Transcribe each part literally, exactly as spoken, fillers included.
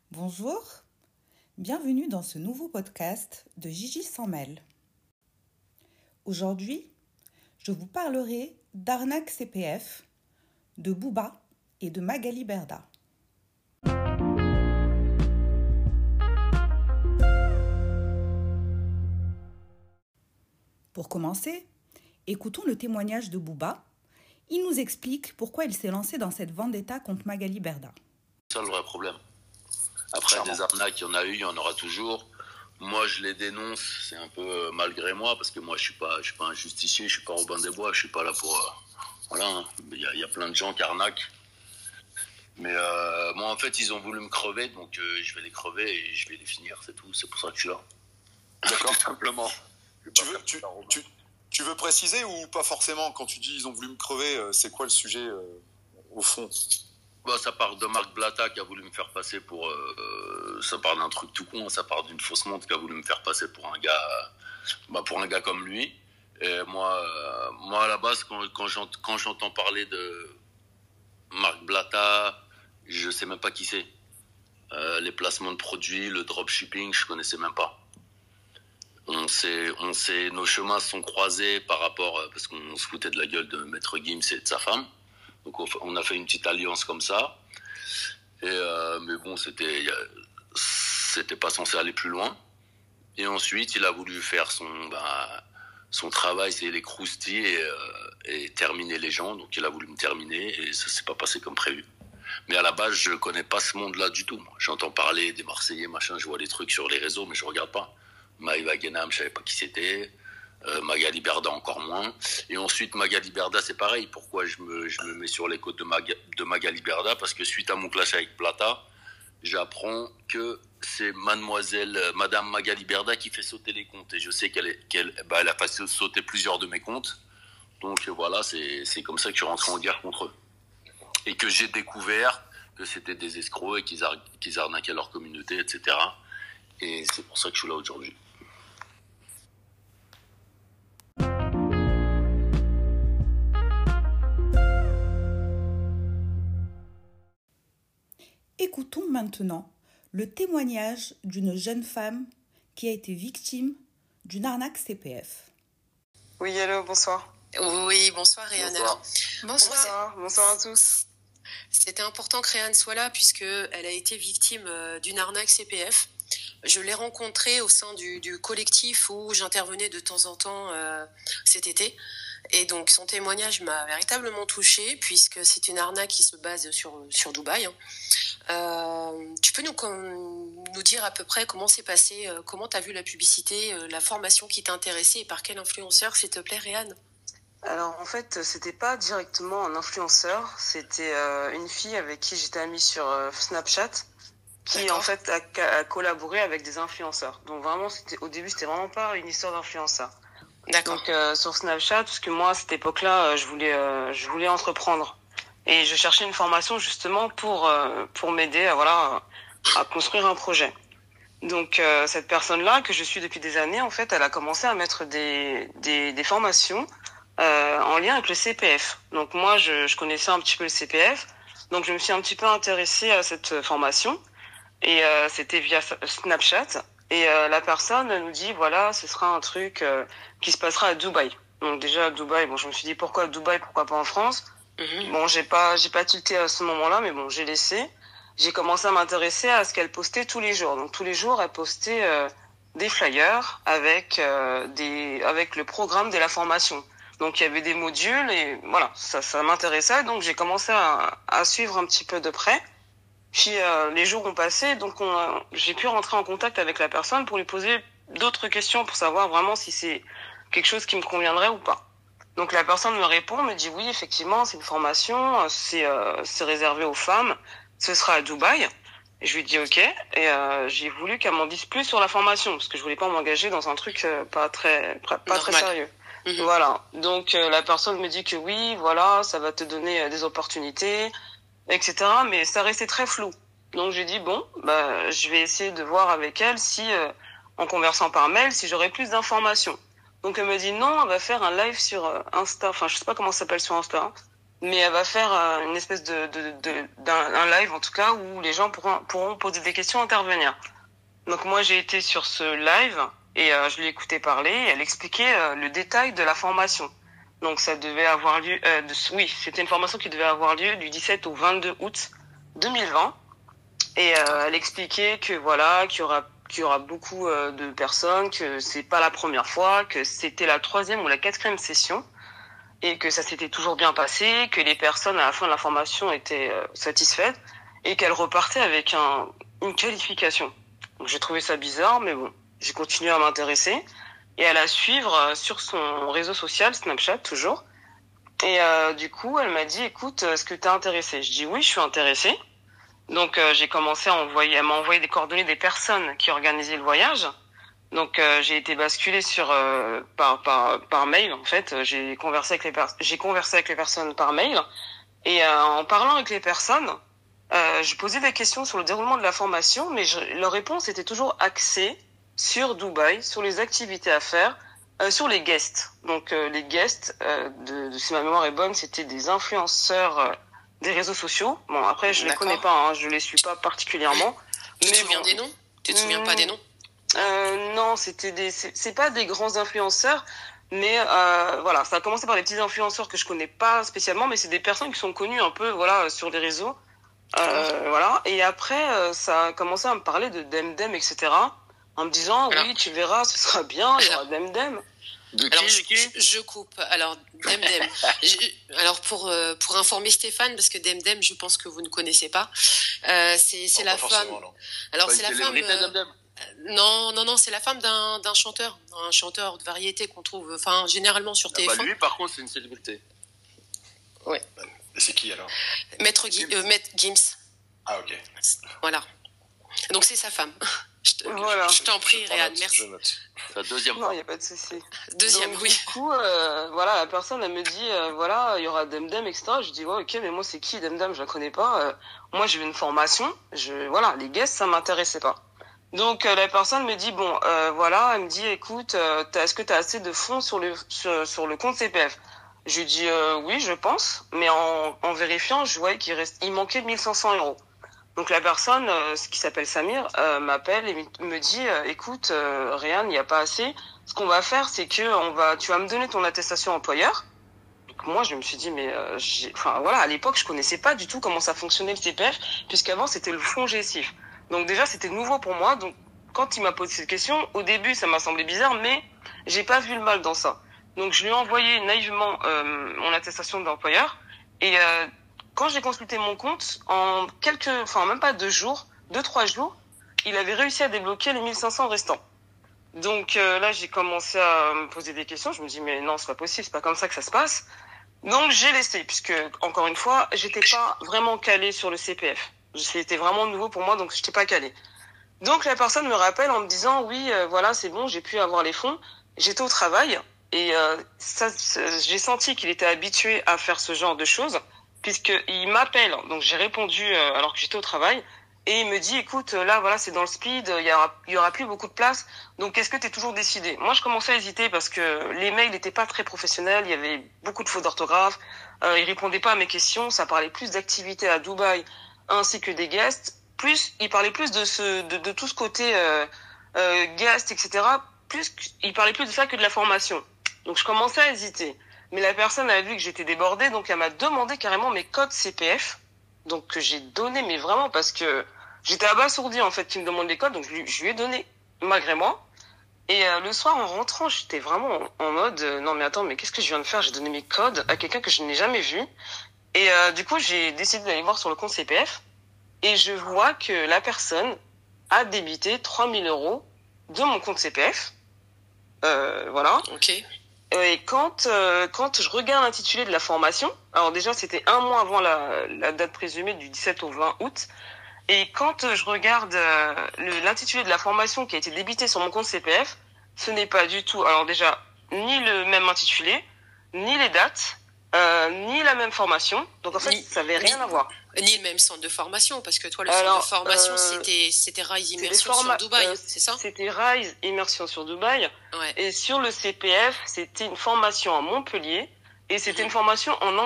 Bonjour, bienvenue dans ce nouveau podcast de Gigi s'en mêle. Aujourd'hui, je vous parlerai d'arnaque C P F, de Booba et de Magali Berda. Pour commencer, écoutons le témoignage de Booba. Il nous explique pourquoi il s'est lancé dans cette vendetta contre Magali Berda. C'est ça le vrai problème. Après, des arnaques, il y en a eu, il y en aura toujours. Moi, je les dénonce, c'est un peu euh, malgré moi, parce que moi, je suis pas, je suis pas un justicier, je suis pas Robin des Bois, je suis pas là pour... Euh, voilà, hein. il y, a, il y a plein de gens qui arnaquent. Mais euh, moi, en fait, ils ont voulu me crever, donc euh, je vais les crever et je vais les finir, c'est tout. C'est pour ça que je suis là. D'accord. Tout simplement. Tu veux, tu, tu, tu veux préciser ou pas forcément? Quand tu dis ils ont voulu me crever, euh, c'est quoi le sujet euh, au fond? Bah, ça part de Marc Blatta qui a voulu me faire passer pour... Euh, ça part d'un truc tout con, ça part d'une fausse montre qui a voulu me faire passer pour un gars, bah, pour un gars comme lui. Et moi, euh, moi à la base, quand, quand, j'ent, quand j'entends parler de Marc Blatta, je sais même pas qui c'est. Euh, les placements de produits, le dropshipping, je connaissais même pas. On s'est, on s'est, nos chemins se sont croisés par rapport... Parce qu'on se foutait de la gueule de Maître Gims et de sa femme. Donc on a fait une petite alliance comme ça. Et euh, mais bon, c'était, c'était pas censé aller plus loin. Et ensuite, il a voulu faire son, bah, son travail, c'est les croustilles et, euh, et terminer les gens. Donc il a voulu me terminer et ça s'est pas passé comme prévu. Mais à la base, je connais pas ce monde-là du tout. Moi. J'entends parler des Marseillais, machin, je vois des trucs sur les réseaux, mais je regarde pas. Maïva Guénam, je savais pas qui c'était. Euh, Magali Berda encore moins. Et ensuite Magali Berda, c'est pareil. Pourquoi je me, je me mets sur les côtes de, Mag, de Magali Berda? Parce que suite à mon clash avec Plata, j'apprends que c'est mademoiselle, euh, madame Magali Berda qui fait sauter les comptes. Et je sais qu'elle, est, qu'elle bah, elle a fait sauter plusieurs de mes comptes. Donc euh, voilà, c'est, c'est comme ça que je suis rentré en guerre contre eux. Et que j'ai découvert que c'était des escrocs et qu'ils, ar- qu'ils arnaquaient leur communauté, et cetera. Et c'est pour ça que je suis là aujourd'hui. Écoutons maintenant le témoignage d'une jeune femme qui a été victime d'une arnaque C P F. Oui, hello, bonsoir. Oui, bonsoir Réane. Bonsoir. Bonsoir. Bonsoir, bonsoir à tous. C'était important que Réane soit là puisqu'elle a été victime d'une arnaque C P F. Je l'ai rencontrée au sein du, du collectif où j'intervenais de temps en temps euh, cet été. Et donc son témoignage m'a véritablement touchée puisque c'est une arnaque qui se base sur, sur Dubaï. Euh, tu peux nous, nous dire à peu près comment c'est passé, euh, comment tu as vu la publicité, euh, la formation qui t'a intéressée et par quel influenceur, s'il te plaît, Réane? Alors en fait, c'était pas directement un influenceur, c'était euh, une fille avec qui j'étais amie sur euh, Snapchat, qui D'accord. en fait a, a collaboré avec des influenceurs. Donc vraiment, c'était, au début, c'était vraiment pas une histoire d'influenceur. D'accord. Donc euh, sur Snapchat, parce que moi à cette époque-là, euh, je voulais, euh, je voulais entreprendre. Et je cherchais une formation justement pour euh, pour m'aider à voilà à construire un projet. Donc euh, cette personne-là que je suis depuis des années, en fait, elle a commencé à mettre des des, des formations euh, en lien avec le C P F. Donc moi, je, je connaissais un petit peu le C P F, donc je me suis un petit peu intéressée à cette formation et euh, c'était via Snapchat. Et euh, la personne nous dit voilà, ce sera un truc euh, qui se passera à Dubaï. Donc déjà à Dubaï, bon, je me suis dit pourquoi Dubaï, pourquoi pas en France? Mmh. Bon, j'ai pas, j'ai pas tilté à ce moment-là, mais bon, j'ai laissé. J'ai commencé à m'intéresser à ce qu'elle postait tous les jours. Donc tous les jours, elle postait euh, des flyers avec euh, des, avec le programme de la formation. Donc il y avait des modules et voilà, ça, ça m'intéressait. Donc j'ai commencé à, à suivre un petit peu de près. Puis euh, les jours ont passé, donc on a, j'ai pu rentrer en contact avec la personne pour lui poser d'autres questions pour savoir vraiment si c'est quelque chose qui me conviendrait ou pas. Donc la personne me répond, me dit oui, effectivement, c'est une formation, c'est, euh, c'est réservé aux femmes, ce sera à Dubaï. Et je lui dis ok, et euh, j'ai voulu qu'elle m'en dise plus sur la formation, parce que je voulais pas m'engager dans un truc euh, pas très pas, pas très sérieux. Mmh. Voilà, donc euh, la personne me dit que oui, voilà, ça va te donner euh, des opportunités, et cetera. Mais ça restait très flou. Donc j'ai dit bon, bah je vais essayer de voir avec elle si, euh, en conversant par mail, si j'aurais plus d'informations. Donc elle me dit non, on va faire un live sur Insta, enfin je sais pas comment ça s'appelle sur Insta, hein. mais elle va faire euh, une espèce de, de, de d'un un live en tout cas où les gens pourront pourront poser des questions, intervenir. Donc moi j'ai été sur ce live et euh, je l'ai écouté parler. Et elle expliquait euh, le détail de la formation. Donc ça devait avoir lieu. Euh, de, oui, c'était une formation qui devait avoir lieu du dix-sept au vingt-deux août deux mille vingt. Et euh, elle expliquait que voilà qu'il y aura qu'il y aura beaucoup euh, de personnes, que c'est pas la première fois, que c'était la troisième ou la quatrième session. Et que ça s'était toujours bien passé, que les personnes à la fin de la formation étaient euh, satisfaites et qu'elles repartaient avec un, une qualification. Donc j'ai trouvé ça bizarre, mais bon, j'ai continué à m'intéresser et à la suivre euh, sur son réseau social, Snapchat toujours. Et euh, du coup, elle m'a dit, écoute, est-ce que t'es intéressée? Je dis oui, je suis intéressée. Donc euh, j'ai commencé à envoyer, elle m'a envoyé des coordonnées des personnes qui organisaient le voyage. Donc euh, j'ai été basculée sur euh, par par par mail en fait. J'ai conversé avec les per- j'ai conversé avec les personnes par mail et euh, en parlant avec les personnes, euh, je posais des questions sur le déroulement de la formation, mais je, leur réponse était toujours axée sur Dubaï, sur les activités à faire, euh, sur les guests. Donc euh, les guests, euh, de, de si ma mémoire est bonne, c'était des influenceurs euh, des réseaux sociaux. Bon après je D'accord. les connais pas, hein, je les suis pas particulièrement. Tu te mais souviens bon, des noms? Tu te souviens pas des noms? Euh, non, c'était des, c'est, c'est pas des grands influenceurs, mais euh, voilà, ça a commencé par des petits influenceurs que je connais pas spécialement, mais c'est des personnes qui sont connues un peu, voilà, sur les réseaux, euh, voilà. Et après, euh, ça a commencé à me parler de Demdem, et cetera, en me disant, Alors. oui, tu verras, ce sera bien, il y aura Demdem. De Alors, qui, je, de qui je- je coupe. Alors, Demdem. Je- alors, pour, euh, pour informer Stéphane, parce que Demdem, je pense que vous ne connaissez pas, euh, c'est, c'est Non, la pas femme. forcément, non. Alors, Pas c'est une la femme. célébrité, euh, Demdem non, non, non, c'est la femme d'un, d'un chanteur. Un chanteur de variété qu'on trouve, enfin, généralement sur Ah bah, T F un. lui, par contre, c'est une célébrité. Et c'est qui alors? Maître, Gi- euh, Maître Gims. Ah, ok. Voilà. Donc, c'est sa femme. Je, te- Voilà. je t'en prie, Je prends Réal, note, merci. je note. C'est la deuxième Non, fois. il y a pas de souci. Deuxième, Donc, oui. du coup, euh, voilà, la personne, elle me dit, euh, voilà, il y aura Demdem, et cetera. Je dis, ouais, ok, mais moi, c'est qui Demdem? Je la connais pas. Euh, moi, j'ai eu une formation. Je, voilà, les guests, ça m'intéressait pas. Donc, euh, la personne me dit, bon, euh, voilà, elle me dit, écoute, euh, t'as- est-ce que tu as assez de fonds sur le, sur, sur le compte C P F? Je lui dis, euh, oui, je pense. Mais en, en vérifiant, je voyais qu'il reste, il manquait mille cinq cents euros. Donc la personne, euh, ce qui s'appelle Samir, euh, m'appelle et me dit, euh, écoute, euh, Réan, il n'y a pas assez. Ce qu'on va faire, c'est que on va, tu vas me donner ton attestation employeur. Donc moi, je me suis dit, mais, euh, j'ai, enfin voilà, à l'époque, je connaissais pas du tout comment ça fonctionnait le C P F, puisqu'avant c'était le fonds G S I F. Donc déjà, c'était nouveau pour moi. Donc quand il m'a posé cette question, au début, ça m'a semblé bizarre, mais j'ai pas vu le mal dans ça. Donc je lui ai envoyé naïvement euh, mon attestation d'employeur et euh, quand j'ai consulté mon compte, en quelques, enfin même pas deux jours, deux trois jours, il avait réussi à débloquer les mille cinq cents restants. Donc euh, là, j'ai commencé à me poser des questions. Je me dis mais non, c'est pas possible, c'est pas comme ça que ça se passe. Donc j'ai laissé, puisque encore une fois, j'étais pas vraiment calée sur le C P F. C'était vraiment nouveau pour moi, donc j'étais pas calée. Donc la personne me rappelle en me disant oui, euh, voilà, c'est bon, j'ai pu avoir les fonds. J'étais au travail et euh, ça, j'ai senti qu'il était habitué à faire ce genre de choses. Puisqu'il m'appelle, donc j'ai répondu euh, alors que j'étais au travail, et il me dit, écoute, là, voilà, c'est dans le speed, il y aura, il y aura plus beaucoup de place, donc est-ce que tu es toujours décidé? Moi, je commençais à hésiter parce que les mails n'étaient pas très professionnels, il y avait beaucoup de fautes d'orthographe, euh, il répondait pas à mes questions, ça parlait plus d'activités à Dubaï ainsi que des guests, plus, il parlait plus de ce, de, de tout ce côté euh, euh, guest, et cetera, plus, il parlait plus de ça que de la formation. Donc je commençais à hésiter. Mais la personne a vu que j'étais débordée, donc elle m'a demandé carrément mes codes C P F. Donc que j'ai donné, mais vraiment parce que j'étais abasourdie en fait qu'il me demande les codes, donc je lui, je lui ai donné malgré moi. Et euh, le soir en rentrant, j'étais vraiment en, en mode euh, non mais attends, mais qu'est-ce que je viens de faire? J'ai donné mes codes à quelqu'un que je n'ai jamais vu. Et euh, du coup, j'ai décidé d'aller voir sur le compte C P F et je vois que la personne a débité trois mille euros de mon compte C P F. Euh, voilà. Ok. Et quand euh, quand je regarde l'intitulé de la formation, alors déjà c'était un mois avant la, la date présumée du dix-sept au vingt août, et quand je regarde euh, le, l'intitulé de la formation qui a été débité sur mon compte C P F, ce n'est pas du tout, alors déjà ni le même intitulé, ni les dates, euh, ni la même formation, donc en fait Ni- ça avait rien ni- à voir. Ni le même centre de formation, parce que toi, le Alors, centre de formation, euh, c'était, c'était Rise C'est des Immersion formats- sur Dubaï, euh, c'est ça? C'était Rise Immersion sur Dubaï. Ouais. Et sur le C P F, c'était une formation à Montpellier et c'était Mhm. une formation en anglais.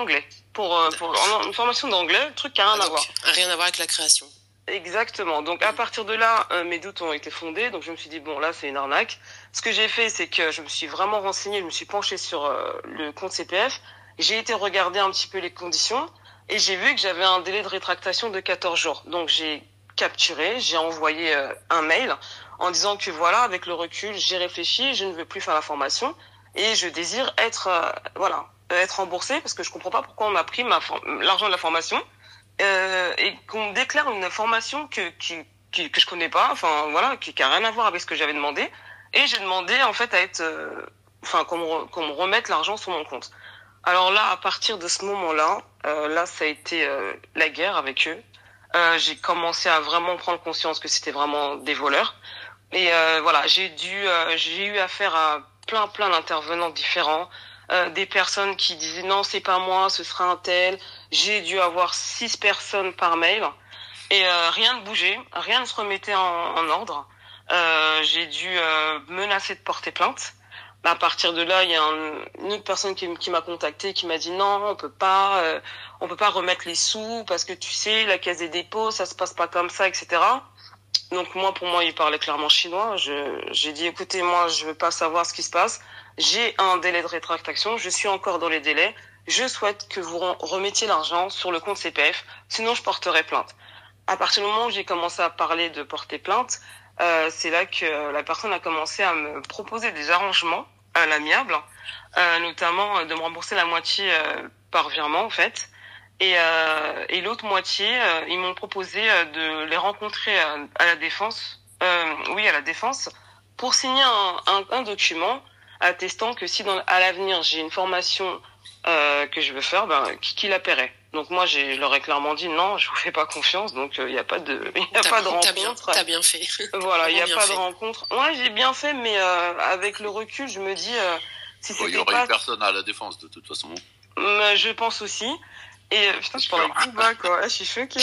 pour, euh, pour une formation d'anglais, truc qui a rien ah, à voir. Rien à voir avec la création. Exactement. Donc à partir de là, euh, mes doutes ont été fondés. Donc je me suis dit bon là c'est une arnaque. Ce que j'ai fait c'est que je me suis vraiment renseignée, je me suis penchée sur euh, le compte C P F. J'ai été regarder un petit peu les conditions et j'ai vu que j'avais un délai de rétractation de quatorze jours. Donc j'ai capturé, j'ai envoyé euh, un mail en disant que voilà, avec le recul, j'ai réfléchi, je ne veux plus faire la formation et je désire être euh, voilà, être remboursé parce que je comprends pas pourquoi on m'a pris ma l'argent de la formation. Euh, et qu'on déclare une formation que, qui, qui, que je connais pas, enfin voilà, qui, qui a rien à voir avec ce que j'avais demandé. Et j'ai demandé en fait à être, euh, enfin qu'on me, qu'on me remette l'argent sur mon compte. Alors là, à partir de ce moment-là, euh, là ça a été euh, la guerre avec eux. Euh, j'ai commencé à vraiment prendre conscience que c'était vraiment des voleurs. Et euh, voilà, j'ai dû, euh, j'ai eu affaire à plein plein d'intervenants différents. Euh, des personnes qui disaient non c'est pas moi, ce sera un tel. J'ai dû avoir six personnes par mail et euh, rien ne bougeait, rien ne se remettait en, en ordre. Euh, j'ai dû euh, menacer de porter plainte. À partir de là, il y a un, une autre personne qui, qui m'a contacté, qui m'a dit non, on peut pas, euh, on peut pas remettre les sous parce que tu sais la caisse des dépôts, ça se passe pas comme ça, et cetera. Donc moi, pour moi, il parlait clairement chinois. Je, j'ai dit écoutez, moi, je veux pas savoir ce qui se passe. J'ai un délai de rétractation, je suis encore dans les délais. Je souhaite que vous remettiez l'argent sur le compte C P F, sinon je porterai plainte. À partir du moment où j'ai commencé à parler de porter plainte, euh, c'est là que la personne a commencé à me proposer des arrangements à l'amiable, euh, notamment de me rembourser la moitié euh, par virement en fait. Et, euh, et l'autre moitié, euh, ils m'ont proposé euh, de les rencontrer à, à la défense, euh, oui à la défense, pour signer un, un, un document attestant que si dans, à l'avenir j'ai une formation euh, que je veux faire, ben qui, qui la paierait. Donc moi j'ai, je leur ai clairement dit non, je vous fais pas confiance, donc il euh, y a pas de, il y a t'as, pas de rencontre. T'as bien, t'as bien fait. Voilà, il y a pas fait. de rencontre. Ouais, j'ai bien fait, mais euh, avec le recul, je me dis euh, si c'était il y aurait pas... eu personne à la défense de toute façon. Mais je pense aussi. Et euh, putain, je parle avec tout bas quoi. Je suis choquée.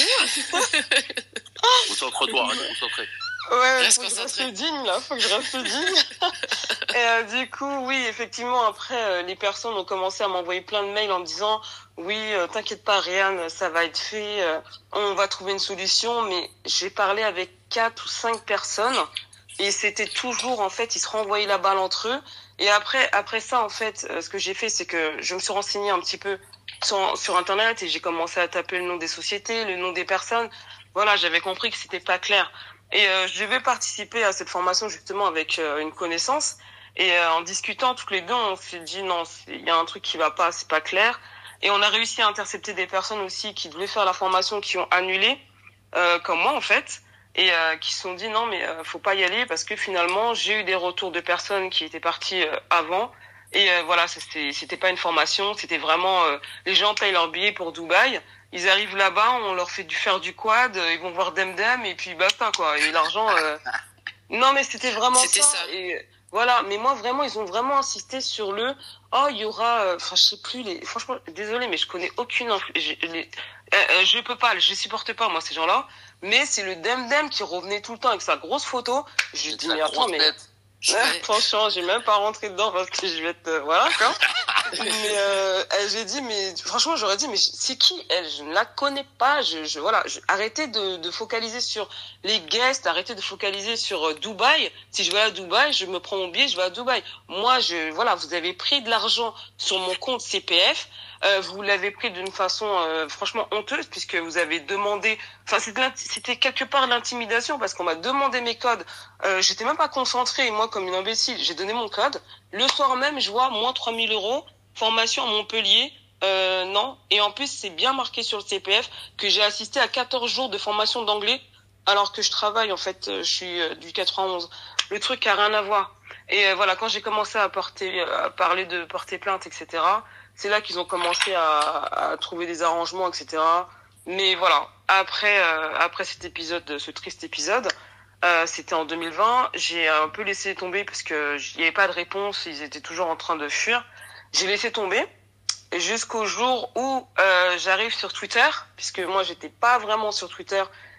Concentre-toi, reste concentré. Ouais, reste faut que je reste digne là, faut que je reste digne. Et euh, du coup, oui, effectivement, après, euh, les personnes ont commencé à m'envoyer plein de mails en me disant oui, euh, t'inquiète pas, Réan, ça va être fait, euh, on va trouver une solution. Mais j'ai parlé avec quatre ou cinq personnes et c'était toujours en fait, ils se renvoyaient la balle entre eux. Et après, après ça, en fait, euh, ce que j'ai fait, c'est que je me suis renseignée un petit peu sur, sur Internet et j'ai commencé à taper le nom des sociétés, le nom des personnes. Voilà, j'avais compris que c'était pas clair. Et euh, je devais participer à cette formation justement avec euh, une connaissance. Et euh, en discutant toutes les deux, on s'est dit non, il y a un truc qui va pas, c'est pas clair. Et on a réussi à intercepter des personnes aussi qui voulaient faire la formation, qui ont annulé, euh, comme moi en fait, et euh, qui se sont dit non mais euh, faut pas y aller parce que finalement j'ai eu des retours de personnes qui étaient parties euh, avant. Et euh, voilà, c'était, c'était pas une formation, c'était vraiment euh, les gens payent leur billet pour Dubaï. Ils arrivent là-bas, on leur fait du faire du quad, ils vont voir Demdem et puis basta quoi. Et l'argent, euh... non mais c'était vraiment c'était ça. ça. Et voilà, mais moi vraiment, ils ont vraiment insisté sur le. Oh, il y aura, enfin euh, je sais plus les. Franchement, désolé, mais je connais aucune. Influ... Je, les... euh, euh, je peux pas, je supporte pas moi ces gens-là. Mais c'est le Demdem qui revenait tout le temps avec sa grosse photo. Je dis mais attends mais. Ouais, franchement, j'ai même pas rentré dedans parce que je vais être euh, voilà quoi. Mais euh, j'ai dit mais franchement j'aurais dit mais c'est qui elle, je ne la connais pas, je, je voilà, je, arrêtez de, de focaliser sur les guests, arrêtez de focaliser sur euh, Dubaï. Si je vais à Dubaï, je me prends mon billet, je vais à Dubaï. Moi je voilà, vous avez pris de l'argent sur mon compte C P F, euh, vous l'avez pris d'une façon euh, franchement honteuse puisque vous avez demandé, enfin c'était, c'était quelque part l'intimidation parce qu'on m'a demandé mes codes, euh, j'étais même pas concentrée et moi comme une imbécile, j'ai donné mon code. Le soir même, je vois moins trois mille euros. Formation à Montpellier, euh, non. Et en plus, c'est bien marqué sur le C P F que j'ai assisté à quatorze jours de formation d'anglais, alors que je travaille, en fait, je suis du quatre-vingt-onze. Le truc a rien à voir. Et euh, voilà, quand j'ai commencé à porter, à parler de porter plainte, et cetera, c'est là qu'ils ont commencé à, à trouver des arrangements, et cetera. Mais voilà, après, euh, après cet épisode, ce triste épisode, euh, c'était en deux mille vingt, j'ai un peu laissé tomber parce que il n'y avait pas de réponse, ils étaient toujours en train de fuir. J'ai laissé tomber jusqu'au jour où euh, j'arrive sur Twitter, puisque moi j'étais pas vraiment sur Twitter,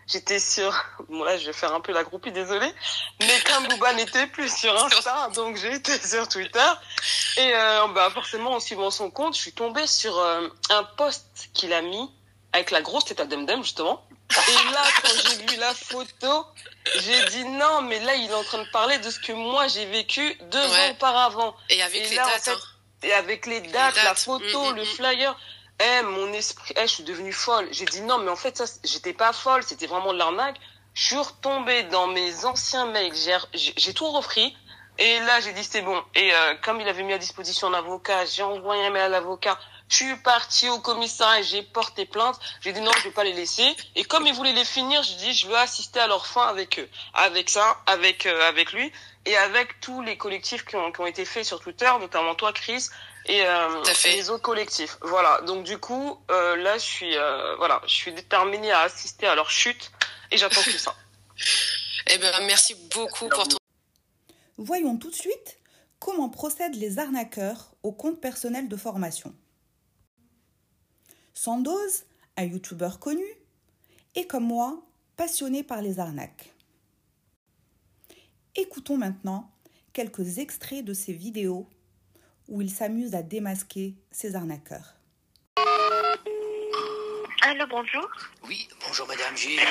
j'étais sur, bon là je vais faire un peu la groupie, désolée, mais comme Booba n'était plus sur Insta, donc j'ai été sur Twitter, et euh, bah forcément en suivant son compte, je suis tombée sur euh, un post qu'il a mis avec la grosse tête à Demdem justement, et là quand j'ai vu la photo, j'ai dit non mais là il est en train de parler de ce que moi j'ai vécu deux ouais. ans auparavant. Et avec et les là, dates. En fait, hein. Et avec les dates, les dates. la photo, mmh, le mmh. flyer. Eh, mon esprit, eh, je suis devenue folle. J'ai dit non, mais en fait, ça, j'étais pas folle, c'était vraiment de l'arnaque. Je suis retombée dans mes anciens mails, j'ai, j'ai tout repris. Et là, j'ai dit c'est bon. Et euh, comme il avait mis à disposition un avocat, j'ai envoyé un mail à l'avocat. Je suis partie au commissariat et j'ai porté plainte. J'ai dit non, je vais pas les laisser. Et comme ils voulaient les finir, j'ai dit je veux assister à leur fin avec eux, avec ça, avec euh, avec lui et avec tous les collectifs qui ont qui ont été faits sur Twitter, notamment toi, Chris. Et, euh, et les autres collectifs. Voilà. Donc du coup, euh, là, je suis, euh, voilà, je suis déterminée à assister à leur chute et j'attends que ça. Eh ben, merci beaucoup pour ton. Voyons tout de suite comment procèdent les arnaqueurs au compte personnel de formation. Sandoz, un youtubeur connu, est comme moi passionné par les arnaques. Écoutons maintenant quelques extraits de ses vidéos où il s'amuse à démasquer ses arnaqueurs. Allô, bonjour. Oui, bonjour madame, j'ai...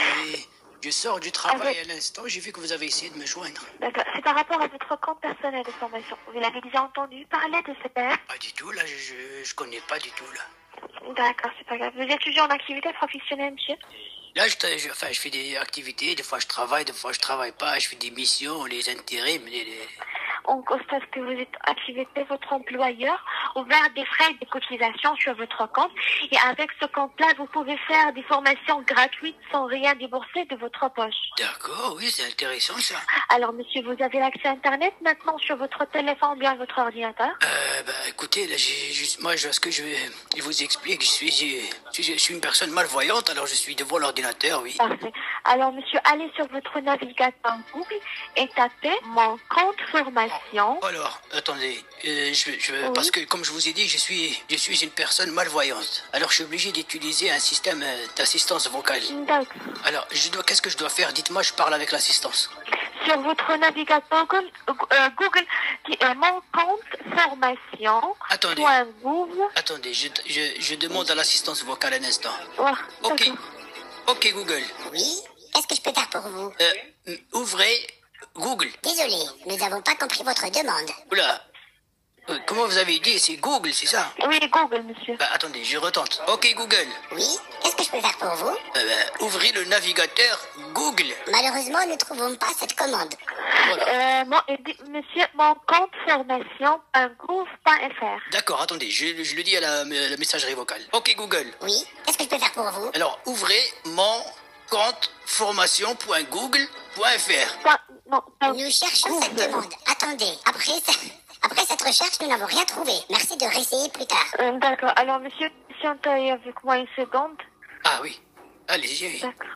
je sors du travail ah, à l'instant, j'ai vu que vous avez essayé de me joindre. D'accord, c'est par rapport à votre compte personnel de formation. Vous l'avez déjà entendu parler de C P F? Pas du tout, là, je, je connais pas du tout, là. D'accord, c'est pas grave. Vous êtes toujours en activité professionnelle, monsieur? Là, je, je, enfin, je fais des activités, des fois je travaille, des fois je travaille pas, je fais des missions, les intérims, les... les... On constate que vous êtes activité, votre employeur ouvert des frais de cotisation sur votre compte et avec ce compte-là, vous pouvez faire des formations gratuites sans rien débourser de votre poche. D'accord, oui, c'est intéressant ça. Alors monsieur, vous avez l'accès à Internet maintenant sur votre téléphone ou bien votre ordinateur? Euh, bah écoutez, là, j'ai juste, moi, je, ce que je, je vous explique, je suis, je, je suis une personne malvoyante, alors je suis devant l'ordinateur, oui. Parfait. Alors monsieur, allez sur votre navigateur Google et tapez mon compte formation. Alors, attendez, euh, je, je, oui. parce que comme je vous ai dit, je suis, je suis une personne malvoyante. Alors, je suis obligé d'utiliser un système d'assistance vocale. D'accord. Alors, je dois, qu'est-ce que je dois faire? Dites-moi, je parle avec l'assistance. Sur votre navigateur Google, euh, Google qui est mon compte formation. Attendez. Google. Attendez, je, je, je demande à l'assistance vocale un instant. Ouais, ok. Ok, Google. Oui, qu'est-ce que je peux faire pour vous? Euh, ouvrez Google. Désolé, nous n'avons pas compris votre demande. Oula. Euh, comment vous avez dit? C'est Google, c'est ça? Oui, Google, monsieur. Bah, attendez, je retente. Ok, Google. Oui, qu'est-ce que je peux faire pour vous? euh, bah, Ouvrez le navigateur Google. Malheureusement, nous ne trouvons pas cette commande. Voilà. Euh, mon, monsieur, mon compte formation, gouv point f r. D'accord, attendez, je, je le dis à la, la messagerie vocale. Ok, Google. Oui, qu'est-ce que je peux faire pour vous? Alors, ouvrez mon compte formation point google point f r. Non, non, nous cherchons Google. Cette demande. Attendez, après, ça, après cette recherche, nous n'avons rien trouvé. Merci de réessayer plus tard. Euh, D'accord, alors monsieur, patientez avec moi une seconde. Ah oui, allez-y. D'accord.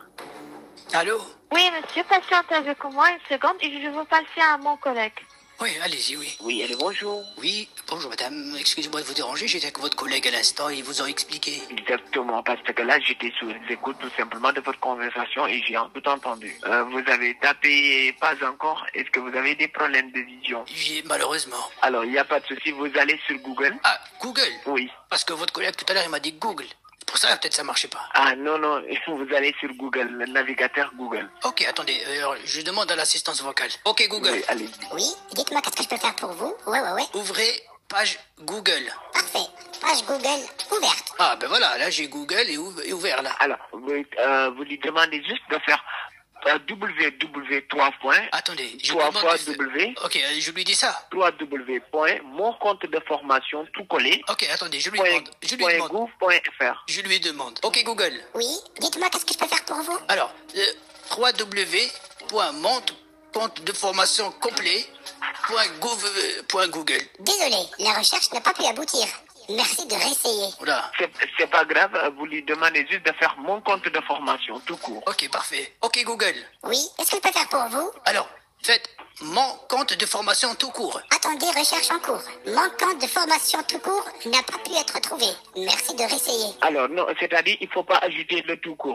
Allô? Oui, monsieur, patientez avec moi une seconde et je vais vous passer à mon collègue. Oui, allez-y, oui. Oui, allez, bonjour. Oui, bonjour madame, excusez-moi de vous déranger, j'étais avec votre collègue à l'instant et ils vous ont expliqué. Exactement, parce que là j'étais sous écoute tout simplement de votre conversation et j'ai tout entendu. Euh, vous avez tapé pas encore, est-ce que vous avez des problèmes de vision? J'ai malheureusement. Alors, il n'y a pas de souci, vous allez sur Google. Ah, Google? Oui. Parce que votre collègue tout à l'heure il m'a dit Google. Pour ça, peut-être ça marchait pas. Ah non, non, vous allez sur Google, le navigateur Google. Ok, attendez, euh, je demande à l'assistance vocale. Ok, Google. Oui, allez. Oui, dites-moi qu'est-ce que je peux faire pour vous? Ouais, ouais, ouais. Ouvrez page Google. Parfait, page Google ouverte. Ah ben voilà, là j'ai Google et, ouv et ouvert là. Alors, vous, euh, vous lui demandez juste de faire w w trois points. Attendez, je trois lui fois demande... W. Ok, je lui dis ça. trois w point mon compte de formation tout collé. Ok, attendez, je lui point, demande. Je lui point demande. gouv point f r. Je lui demande. Ok, Google. Oui, dites-moi qu'est-ce que je peux faire pour vous? Alors, euh, w w w point mon compte de formation complet point gouv point google. Désolé, la recherche n'a pas pu aboutir. Merci de réessayer. Voilà. C'est pas grave, vous lui demandez juste de faire mon compte de formation, tout court. Ok, parfait. Ok, Google. Oui, qu'est-ce que je peux faire pour vous? Alors, faites mon compte de formation tout court. Attendez, recherche en cours. Mon compte de formation tout court n'a pas pu être trouvé. Merci de réessayer. Alors, non, c'est-à-dire, il faut pas ajouter le tout court.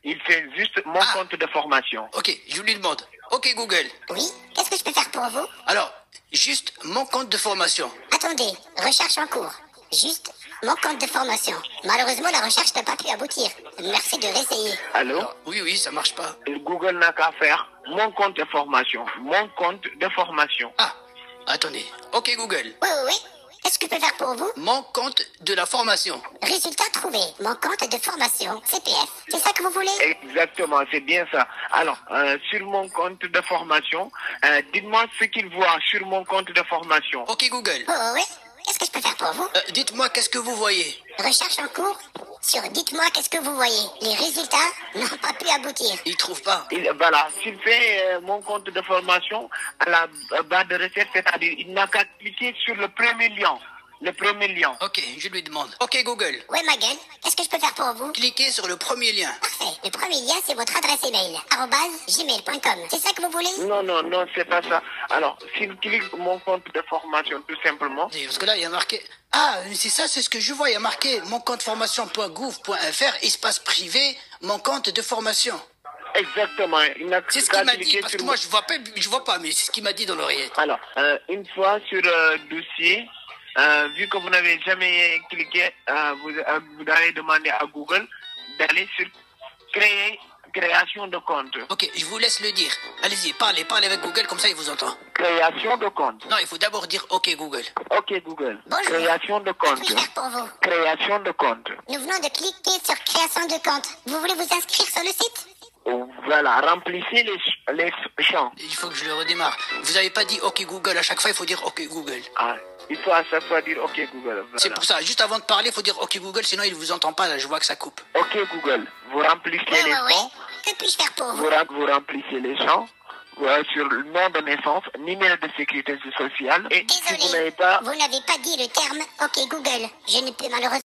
Il fait juste mon Ah. compte de formation. Ok, je lui demande. Ok Google. Oui, qu'est-ce que je peux faire pour vous? Alors, juste mon compte de formation. Attendez, recherche en cours. Juste mon compte de formation. Malheureusement, la recherche n'a pas pu aboutir. Merci de réessayer. Allô? Alors, oui, oui, ça marche pas. Google n'a qu'à faire mon compte de formation. Mon compte de formation. Ah, attendez. Ok Google. Oui, oui, oui. Qu'est-ce que je peux faire pour vous? Mon compte de la formation. Résultat trouvé. Mon compte de formation, C P F. C'est ça que vous voulez? Exactement, c'est bien ça. Alors, euh, sur mon compte de formation, euh, dites-moi ce qu'il voit sur mon compte de formation. Ok Google. Oui, oui, oui. Qu'est-ce que je peux faire pour vous? Euh, dites-moi qu'est-ce que vous voyez. Recherche en cours sur dites-moi qu'est-ce que vous voyez. Les résultats n'ont pas pu aboutir. Il trouve pas. Il, voilà, s'il fait euh, mon compte de formation à la euh, barre de recherche, c'est-à-dire il n'a qu'à cliquer sur le premier lien. Le premier lien. Ok, je lui demande. Ok Google. Ouais, ma gueule. Qu'est-ce que je peux faire pour vous? Cliquez sur le premier lien. Parfait. Le premier lien, c'est votre adresse email. arobase gmail point com. C'est ça que vous voulez? Non, non, non, c'est pas ça. Alors, s'il clique mon compte de formation, tout simplement. Et parce que là, il y a marqué... Ah, c'est ça, c'est ce que je vois. Il y a marqué mon compte formation point gouv point f r, espace privé, mon compte de formation. Exactement. Il n'a C'est ce qu'à qu'il m'a dit, cliquer parce sur que moi, je vois pas, je vois pas, mais c'est ce qu'il m'a dit dans l'oreillette. Alors, euh, une fois sur euh, dossier, euh, vu que vous n'avez jamais cliqué, euh, vous, euh, vous allez demander à Google d'aller sur créer, création de compte. Ok, je vous laisse le dire. Allez-y, parlez, parlez avec Google, comme ça il vous entend. Création de compte. Non, il faut d'abord dire OK Google. Ok Google. Bonjour. Création de Que compte. puis-je faire pour vous? Création de compte. Nous venons de cliquer sur création de compte. Vous voulez vous inscrire sur le site? Voilà, remplissez les, ch- les champs. Il faut que je le redémarre. Vous avez pas dit OK Google à chaque fois, il faut dire OK Google. Ah, il faut à chaque fois dire OK Google. Voilà. C'est pour ça, juste avant de parler, il faut dire OK Google, sinon il vous entend pas, là, je vois que ça coupe. OK Google. Vous remplissez Ouais, les ouais, ouais. champs. Que puis-je faire pour Vous, vous? rem- vous remplissez les champs. Voilà, sur le nom de naissance, numéro de sécurité sociale. Et si vous Désolé, n'avez pas... vous n'avez pas dit le terme OK Google. Je ne peux malheureusement...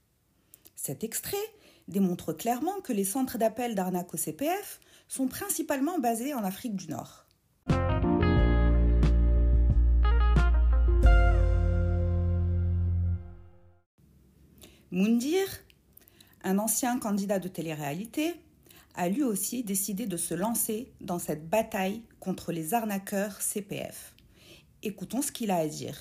Cet extrait démontre clairement que les centres d'appel d'arnaque au C P F sont principalement basés en Afrique du Nord. Moundir, un ancien candidat de télé-réalité, a lui aussi décidé de se lancer dans cette bataille contre les arnaqueurs C P F. Écoutons ce qu'il a à dire.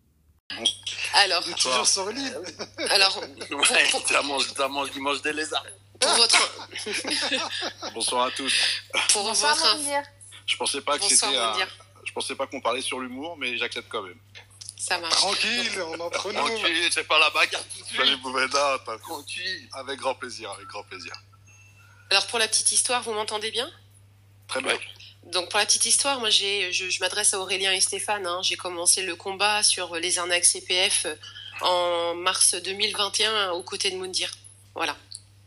Alors, Toujours sur l'île. alors Ouais, ça mange, ça mange, il mange des lézards. pour votre, Bonsoir à tous. pour Bonsoir, votre, Moundir. Je pensais pas que Bonsoir, c'était. à- Moundir. Je pensais pas qu'on parlait sur l'humour, mais j'accepte quand même. ça marche. Tranquille, on est entre nous. Tranquille, c'est pas la bagarre tout de Salut suite. Bouveda, t'as- Tranquille. avec grand plaisir, avec grand plaisir. Alors pour la petite histoire, vous m'entendez bien? Très bien. Ouais. Donc pour la petite histoire, moi j'ai, je, je m'adresse à Aurélien et Stéphane. Hein. J'ai commencé le combat sur les arnaques C P F en mars deux mille vingt et un aux côtés de Moundir. Voilà.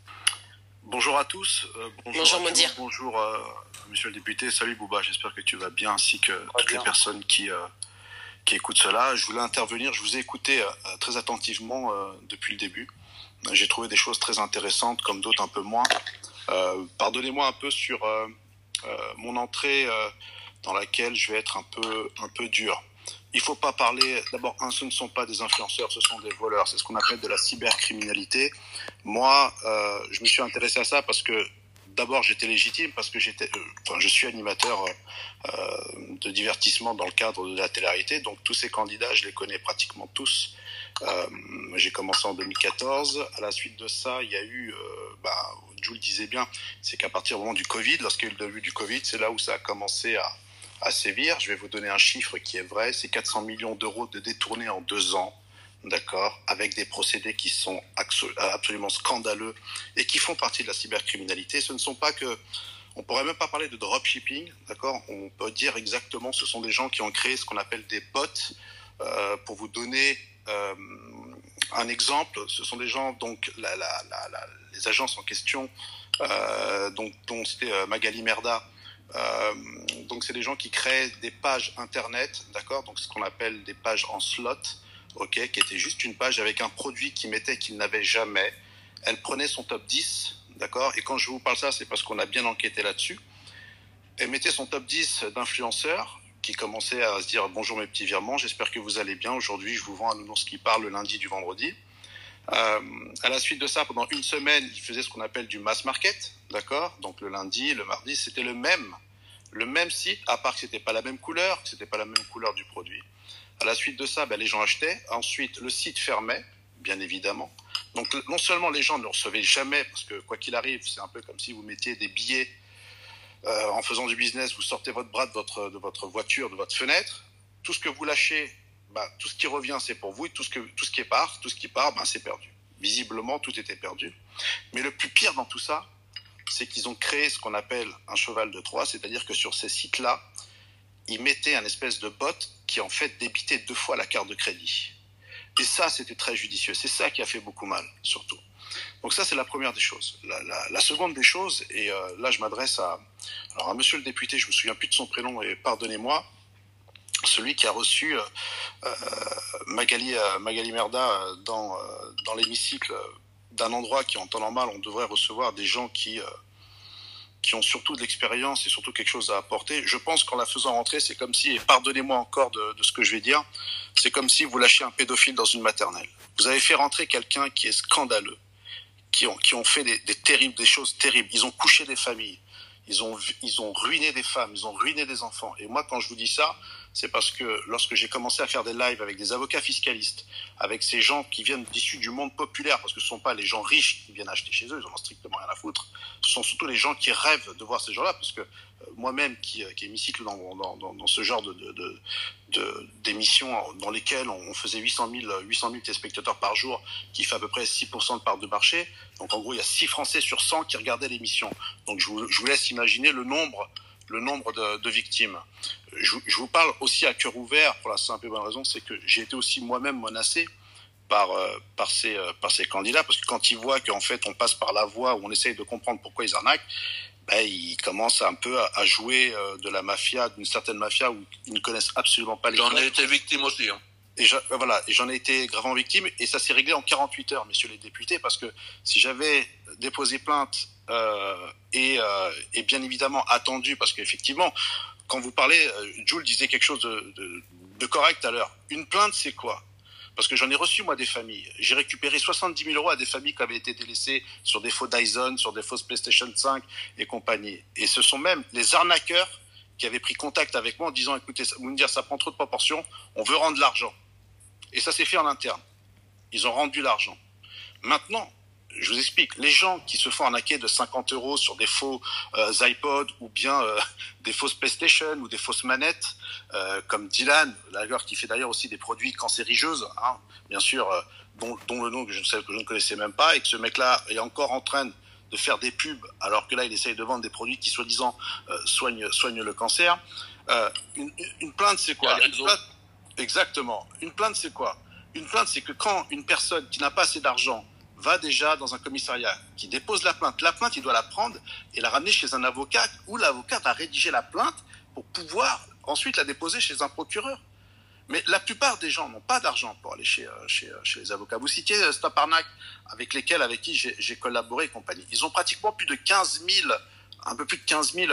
Bonjour à tous. euh, bonjour, Bonjour, à tous, Moundir. Bonjour, euh, monsieur le député. Salut Bouba, j'espère que tu vas bien, ainsi que toutes bien. les personnes qui, euh, qui écoutent cela. Je voulais intervenir, je vous ai écouté euh, très attentivement euh, depuis le début. J'ai trouvé des choses très intéressantes, comme d'autres un peu moins. Euh, pardonnez-moi un peu sur euh, euh, mon entrée euh, dans laquelle je vais être un peu, un peu dur. Il faut pas parler, d'abord, un, ce ne sont pas des influenceurs, ce sont des voleurs. C'est ce qu'on appelle de la cybercriminalité. Moi, euh, je me suis intéressé à ça parce que, d'abord, j'étais légitime, parce que j'étais, euh, enfin, je suis animateur euh, de divertissement dans le cadre de la télé-réalité. Donc, tous ces candidats, je les connais pratiquement tous. Euh, j'ai commencé en deux mille quatorze. À la suite de ça, il y a eu, euh, bah, Jules le disait bien, c'est qu'à partir du moment du Covid, lorsqu'il y a eu le début du Covid, c'est là où ça a commencé à, à sévir. Je vais vous donner un chiffre qui est vrai, c'est quatre cents millions d'euros de détournés en deux ans, d'accord, avec des procédés qui sont absolument scandaleux et qui font partie de la cybercriminalité. Ce ne sont pas que... On pourrait même pas parler de dropshipping, d'accord. On peut dire exactement, ce sont des gens qui ont créé ce qu'on appelle des bots. Euh, pour vous donner euh, un exemple, ce sont des gens, donc la, la, la, la, les agences en question, euh, donc, dont c'était euh, Magali Merda, euh, donc c'est des gens qui créent des pages internet, d'accord, donc ce qu'on appelle des pages en slot, ok, qui était juste une page avec un produit qui mettait qu'il n'avait jamais. Elle prenait son top dix, d'accord, et quand je vous parle ça, c'est parce qu'on a bien enquêté là-dessus. Elle mettait son top dix d'influenceurs qui commençaient à se dire « Bonjour mes petits virements, j'espère que vous allez bien. Aujourd'hui, je vous vends un nounours qui parle le lundi du vendredi. Euh, à la suite de ça, pendant une semaine, il faisait ce qu'on appelle du mass market, d'accord? Donc le lundi, le mardi, c'était le même, le même site, à part que c'était pas la même couleur, que c'était pas la même couleur du produit. À la suite de ça, ben, les gens achetaient. Ensuite, le site fermait, bien évidemment. Donc non seulement les gens ne recevaient jamais, parce que quoi qu'il arrive, c'est un peu comme si vous mettiez des billets euh, en faisant du business, vous sortez votre bras de votre, de votre voiture, de votre fenêtre. Tout ce que vous lâchez, bah, tout ce qui revient, c'est pour vous, et tout ce, que, tout ce qui part, tout ce qui part, bah, c'est perdu. Visiblement, tout était perdu. Mais le plus pire dans tout ça, c'est qu'ils ont créé ce qu'on appelle un cheval de Troie, c'est-à-dire que sur ces sites-là, ils mettaient un espèce de bot qui, en fait, débitait deux fois la carte de crédit. Et ça, c'était très judicieux. C'est ça qui a fait beaucoup mal, surtout. Donc ça, c'est la première des choses. La, la, la seconde des choses, et euh, là, je m'adresse à, alors à monsieur le député, je me souviens plus de son prénom, et pardonnez-moi, celui qui a reçu euh, euh, Magali, euh, Magali Merda dans, euh, dans l'hémicycle d'un endroit qui, en temps normal, on devrait recevoir des gens qui, euh, qui ont surtout de l'expérience et surtout quelque chose à apporter. Je pense qu'en la faisant rentrer, c'est comme si, et pardonnez-moi encore de, de ce que je vais dire, c'est comme si vous lâchiez un pédophile dans une maternelle. Vous avez fait rentrer quelqu'un qui est scandaleux, qui ont, qui ont fait des, des terribles, des choses terribles. Ils ont couché des familles. Ils ont, ils ont ruiné des femmes, ils ont ruiné des enfants. Et moi, quand je vous dis ça, c'est parce que lorsque j'ai commencé à faire des lives avec des avocats fiscalistes, avec ces gens qui viennent d'issus du monde populaire, parce que ce ne sont pas les gens riches qui viennent acheter chez eux, ils en ont strictement rien à foutre, ce sont surtout les gens qui rêvent de voir ces gens-là, parce que euh, moi-même, qui, qui hémicycle dans, dans, dans, dans ce genre de, de, de, de, d'émissions dans lesquelles on faisait huit cent mille téléspectateurs par jour, qui fait à peu près six pour cent de part de marché, donc en gros, il y a six Français sur cent qui regardaient l'émission. Donc je vous, je vous laisse imaginer le nombre le nombre de, de victimes. Je, je vous parle aussi à cœur ouvert pour la simple et bonne raison, c'est que j'ai été aussi moi-même menacé par, euh, par, ces, euh, par ces candidats, parce que quand ils voient qu'en fait on passe par la voie où on essaye de comprendre pourquoi ils arnaquent, ben, ils commencent un peu à, à jouer euh, de la mafia, d'une certaine mafia où ils ne connaissent absolument pas les J'en ai été victime aussi. Hein. Et je, voilà, et j'en ai été gravement victime, et ça s'est réglé en quarante-huit heures, messieurs les députés, parce que si j'avais déposé plainte euh, et, euh, et bien évidemment attendu, parce qu'effectivement, quand vous parlez, euh, Jules disait quelque chose de, de, de correct à l'heure. Une plainte, c'est quoi? Parce que j'en ai reçu, moi, des familles. J'ai récupéré soixante-dix mille euros à des familles qui avaient été délaissées sur des faux Dyson, sur des fausses PlayStation cinq et compagnie. Et ce sont même les arnaqueurs qui avaient pris contact avec moi en disant, écoutez, vous me dire, ça prend trop de proportions, on veut rendre l'argent. Et ça s'est fait en interne. Ils ont rendu l'argent. Maintenant, je vous explique, les gens qui se font arnaquer de cinquante euros sur des faux euh, iPods ou bien euh, des fausses PlayStation ou des fausses manettes, euh, comme Dylan, d'ailleurs, qui fait d'ailleurs aussi des produits cancérigeuses, hein, bien sûr, euh, dont, dont le nom que je, ne sais, que je ne connaissais même pas, et que ce mec-là est encore en train de faire des pubs, alors que là, il essaye de vendre des produits qui, soi-disant, euh, soignent, soignent le cancer. Euh, une, une plainte, c'est quoi? Une plainte, exactement. Une plainte, c'est quoi? Une plainte, c'est que quand une personne qui n'a pas assez d'argent va déjà dans un commissariat, qui dépose la plainte, la plainte, il doit la prendre et la ramener chez un avocat, où l'avocat va rédiger la plainte pour pouvoir ensuite la déposer chez un procureur. Mais la plupart des gens n'ont pas d'argent pour aller chez, chez, chez les avocats. Vous citiez Stop Arnaque, avec lesquels, avec qui j'ai, j'ai collaboré et compagnie. Ils ont pratiquement plus de quinze mille, un peu plus de quinze mille,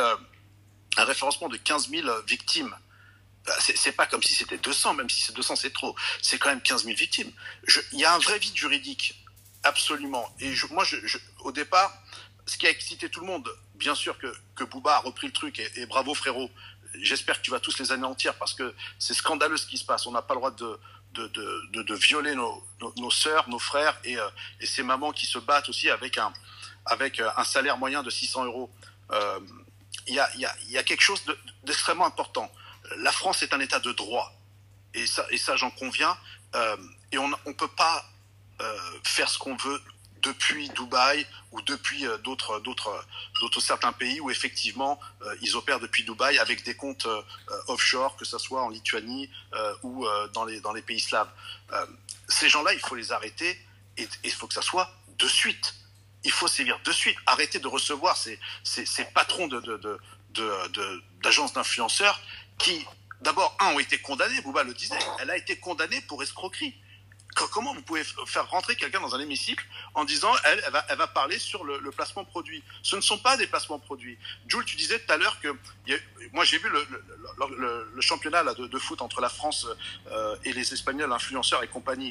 un référencement de quinze mille victimes. C'est, c'est pas comme si c'était deux cents, même si c'est deux cents, c'est trop. C'est quand même quinze mille victimes. Je, il y a un vrai vide juridique. Absolument. Et je, moi, je, je, au départ, ce qui a excité tout le monde, bien sûr que, que Booba a repris le truc, et, et bravo frérot, j'espère que tu vas tous les anéantir, parce que c'est scandaleux ce qui se passe. On n'a pas le droit de, de, de, de, de violer nos, nos, nos sœurs, nos frères, et, euh, et ces mamans qui se battent aussi avec un, avec un salaire moyen de six cents euros. Euh, il y a, y a, y a quelque chose de, d'extrêmement important. La France est un état de droit, et ça, et ça j'en conviens, euh, et on ne peut pas Euh, faire ce qu'on veut depuis Dubaï ou depuis euh, d'autres, d'autres, d'autres certains pays où effectivement euh, ils opèrent depuis Dubaï avec des comptes euh, offshore, que ce soit en Lituanie euh, ou euh, dans, les, dans les pays slaves. Euh, ces gens-là, il faut les arrêter, et il faut que ça soit de suite. Il faut sévir de suite. Arrêter de recevoir ces, ces, ces patrons de, de, de, de, de, d'agences d'influenceurs qui, d'abord, un, ont été condamnés, Bouba le disait, elle a été condamnée pour escroquerie. Comment vous pouvez faire rentrer quelqu'un dans un hémicycle en disant elle, elle, va, elle va parler sur le, le placement produit? Ce ne sont pas des placements produits. Jules, tu disais tout à l'heure que y a, moi j'ai vu le, le, le, le, le championnat là, de, de foot entre la France euh, et les Espagnols, influenceurs et compagnie.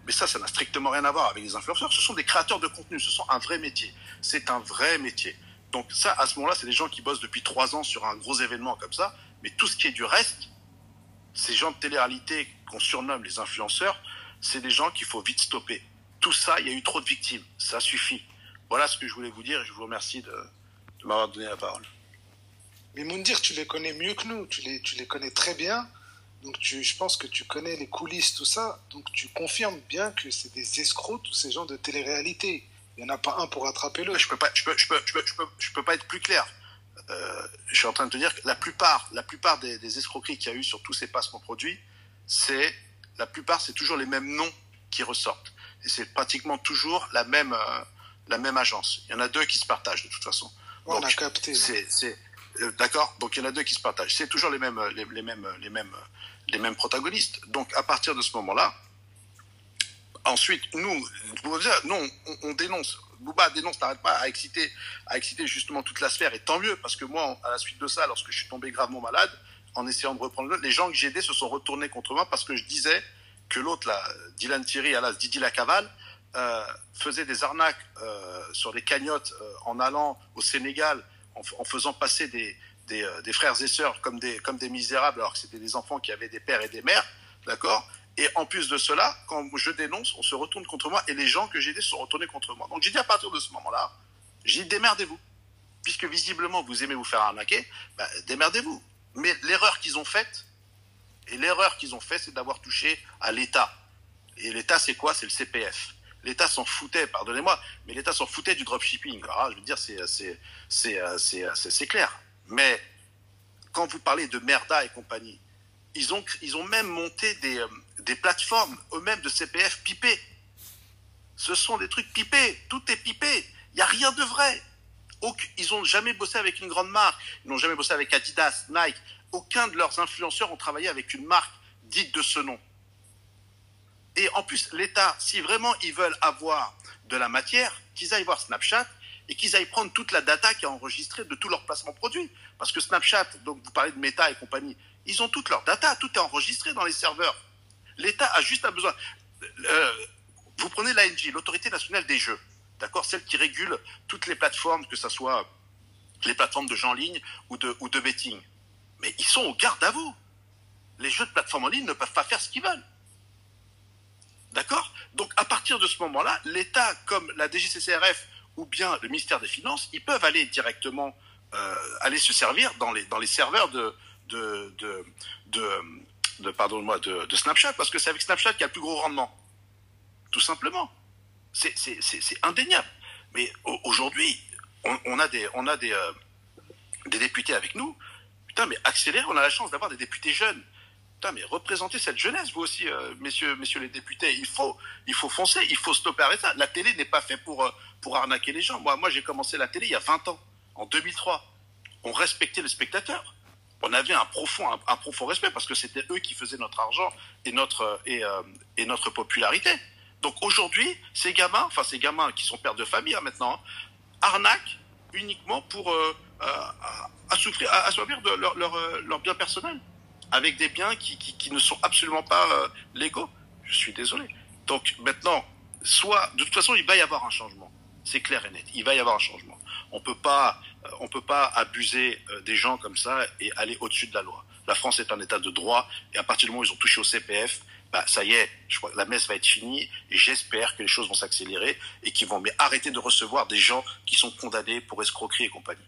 Mais ça, ça n'a strictement rien à voir avec les influenceurs. Ce sont des créateurs de contenu. Ce sont un vrai métier. C'est un vrai métier. Donc ça, à ce moment-là, c'est des gens qui bossent depuis trois ans sur un gros événement comme ça. Mais tout ce qui est du reste, ces gens de télé-réalité qu'on surnomme les influenceurs, c'est des gens qu'il faut vite stopper. Tout ça, il y a eu trop de victimes. Ça suffit. Voilà ce que je voulais vous dire. Je vous remercie de, de m'avoir donné la parole. Mais Moundir, tu les connais mieux que nous. Tu les, tu les connais très bien. Donc tu, je pense que tu connais les coulisses, tout ça. Donc tu confirmes bien que c'est des escrocs, tous ces gens de télé-réalité. Il n'y en a pas un pour attraper l'autre. Je peux pas, je peux, je peux, je peux, je peux, je peux pas être plus clair. Euh, je suis en train de te dire que la plupart, la plupart des, des escroqueries qu'il y a eu sur tous ces placements produits, c'est la plupart, c'est toujours les mêmes noms qui ressortent. Et c'est pratiquement toujours la même, euh, la même agence. Il y en a deux qui se partagent de toute façon. Ouais, Donc, on a capté. C'est, c'est, euh, d'accord. Donc il y en a deux qui se partagent. C'est toujours les mêmes, les, les mêmes, les mêmes, les mêmes protagonistes. Donc à partir de ce moment-là, ensuite nous, nous on, on dénonce. Bouba dénonce, n'arrête pas à exciter, à exciter justement toute la sphère, et tant mieux, parce que moi, à la suite de ça, lorsque je suis tombé gravement malade, en essayant de reprendre l'autre, les gens que j'ai aidés se sont retournés contre moi parce que je disais que l'autre, là, Dylan Thierry, alias Didi Lacaval, euh, faisait des arnaques euh, sur les cagnottes euh, en allant au Sénégal, en, en faisant passer des, des, euh, des frères et sœurs comme des, comme des misérables, alors que c'était des enfants qui avaient des pères et des mères, d'accord ? Et en plus de cela, quand je dénonce, on se retourne contre moi et les gens que j'ai aidés se sont retournés contre moi. Donc j'ai dit à partir de ce moment-là, j'ai dit démerdez-vous. Puisque visiblement vous aimez vous faire arnaquer, bah, démerdez-vous. Mais l'erreur qu'ils ont faite, et l'erreur qu'ils ont faite, c'est d'avoir touché à l'État. Et l'État, c'est quoi ? C'est le C P F. L'État s'en foutait, pardonnez-moi, mais l'État s'en foutait du dropshipping. Alors, je veux dire, c'est, c'est, c'est, c'est, c'est, c'est clair. Mais quand vous parlez de Merda et compagnie, ils ont, ils ont même monté des, euh, des plateformes eux-mêmes de C P F pipées. Ce sont des trucs pipés. Tout est pipé. Il n'y a rien de vrai. Aucun, ils n'ont jamais bossé avec une grande marque. Ils n'ont jamais bossé avec Adidas, Nike. Aucun de leurs influenceurs ont travaillé avec une marque dite de ce nom. Et en plus, l'État, si vraiment ils veulent avoir de la matière, qu'ils aillent voir Snapchat et qu'ils aillent prendre toute la data qui est enregistrée de tous leurs placements produits. Parce que Snapchat, donc vous parlez de Meta et compagnie, ils ont toute leur data, tout est enregistré dans les serveurs. L'État a juste un besoin. Euh, vous prenez l'A N J, l'Autorité nationale des jeux, d'accord, celle qui régule toutes les plateformes, que ce soit les plateformes de jeux en ligne ou de, ou de betting. Mais ils sont au garde à vous. Les jeux de plateforme en ligne ne peuvent pas faire ce qu'ils veulent. D'accord ? Donc à partir de ce moment-là, l'État, comme la D G C C R F ou bien le ministère des Finances, ils peuvent aller directement euh, aller se servir dans les, dans les serveurs de, de, de, de, de, pardonne-moi, de, de Snapchat, parce que c'est avec Snapchat qu'il y a le plus gros rendement. Tout simplement. C'est, c'est, c'est, c'est indéniable. Mais aujourd'hui, on, on a des, on a des, euh, des députés avec nous. Putain, mais accélérez, on a la chance d'avoir des députés jeunes. Putain, mais représentez cette jeunesse, vous aussi, euh, messieurs, messieurs les députés. Il faut, il faut foncer, il faut stopper avec ça. La télé n'est pas faite pour, euh, pour arnaquer les gens. Moi, moi, j'ai commencé la télé il y a vingt ans, en deux mille trois. On respectait le spectateur. On avait un profond, un, un profond respect parce que c'était eux qui faisaient notre argent et notre, et, euh, et notre popularité. Donc aujourd'hui, ces gamins, enfin ces gamins qui sont pères de famille hein, maintenant, hein, arnaquent uniquement pour euh, euh, assouvir, assouvir de leur, leur, leur bien personnel, avec des biens qui, qui, qui ne sont absolument pas euh, légaux. Je suis désolé. Donc maintenant, soit de toute façon, il va y avoir un changement. C'est clair et net. Il va y avoir un changement. On peut pas, euh, on peut pas abuser euh, des gens comme ça et aller au-dessus de la loi. La France est un état de droit et à partir du moment où ils ont touché au C P F, bah ça y est, je crois que la messe va être finie et j'espère que les choses vont s'accélérer et qu'ils vont mais arrêter de recevoir des gens qui sont condamnés pour escroquerie et compagnie.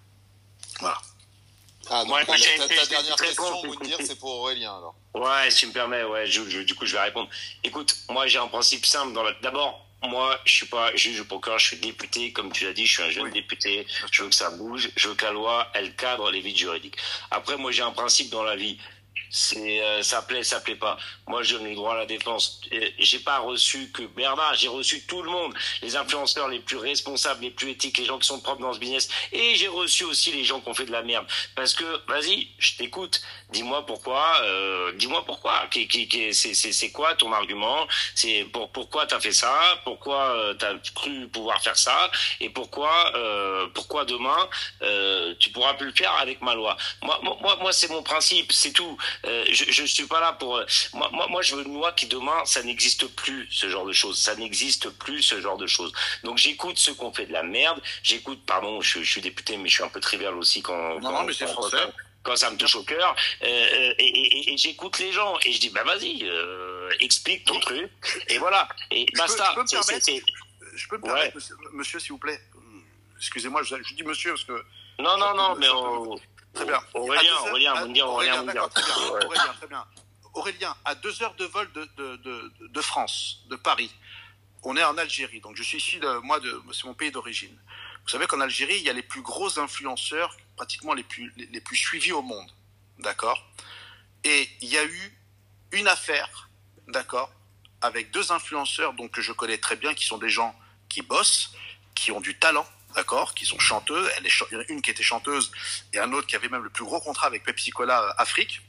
Voilà. Ah, donc ouais, ta, ta, ta ta dernière question, Moundir, c'est pour Aurélien alors. Ouais, si tu me permets, ouais, je, je, du coup je vais répondre. Écoute, moi j'ai un principe simple dans la... D'abord, moi je suis pas juge du poker, je suis député, comme tu l'as dit, je suis un jeune oui. député, je veux que ça bouge, je veux que la loi, elle cadre les vides juridiques. Après, moi j'ai un principe dans la vie. C'est euh, ça plaît, ça plaît pas. Moi, je donne le droit à la défense. Et j'ai pas reçu que Bernard, j'ai reçu tout le monde, les influenceurs les plus responsables, les plus éthiques, les gens qui sont propres dans ce business. Et j'ai reçu aussi les gens qui ont fait de la merde. Parce que, vas-y, je t'écoute. Dis-moi pourquoi. Euh, dis-moi pourquoi. Qui, qui, qui, c'est, c'est, c'est quoi ton argument ? C'est pour pourquoi t'as fait ça ? Pourquoi euh, t'as cru pouvoir faire ça ? Et pourquoi, euh, pourquoi demain euh, tu pourras plus le faire avec ma loi ? Moi, moi, moi, c'est mon principe. C'est tout. Euh, je ne suis pas là pour... Moi, moi, moi, je veux une loi qui, demain, ça n'existe plus, ce genre de choses. Ça n'existe plus, ce genre de choses. Donc, j'écoute ceux qui ont fait de la merde. J'écoute, pardon, je, je suis député, mais je suis un peu trivial aussi quand... Non, quand, non, mais c'est français. Quand, quand ça me touche au cœur. Euh, et et, et j'écoute les gens. Et je dis, bah vas-y, euh, explique ton truc. Et voilà. Et je basta. Peux, je, peux me permettre, c'est, je peux me ouais. permettre, monsieur, monsieur s'il vous plaît. Excusez-moi, je, je dis monsieur parce que... Non, non, non, peut, mais on... Très bien. Aurélien, Aurélien, vous me dire, Aurélien, Aurélien, très bien. Aurélien, très bien. Aurélien, à deux heures de vol de, de, de, de France, de Paris, on est en Algérie. Donc je suis ici, de, moi, de, c'est mon pays d'origine. Vous savez qu'en Algérie, il y a les plus gros influenceurs, pratiquement les plus, les, les plus suivis au monde. D'accord ? Et il y a eu une affaire, d'accord, avec deux influenceurs donc, que je connais très bien, qui sont des gens qui bossent, qui ont du talent, d'accord, qui sont chanteuses. Elle est, il y en a une qui était chanteuse et un autre qui avait même le plus gros contrat avec Pepsi Cola Afrique.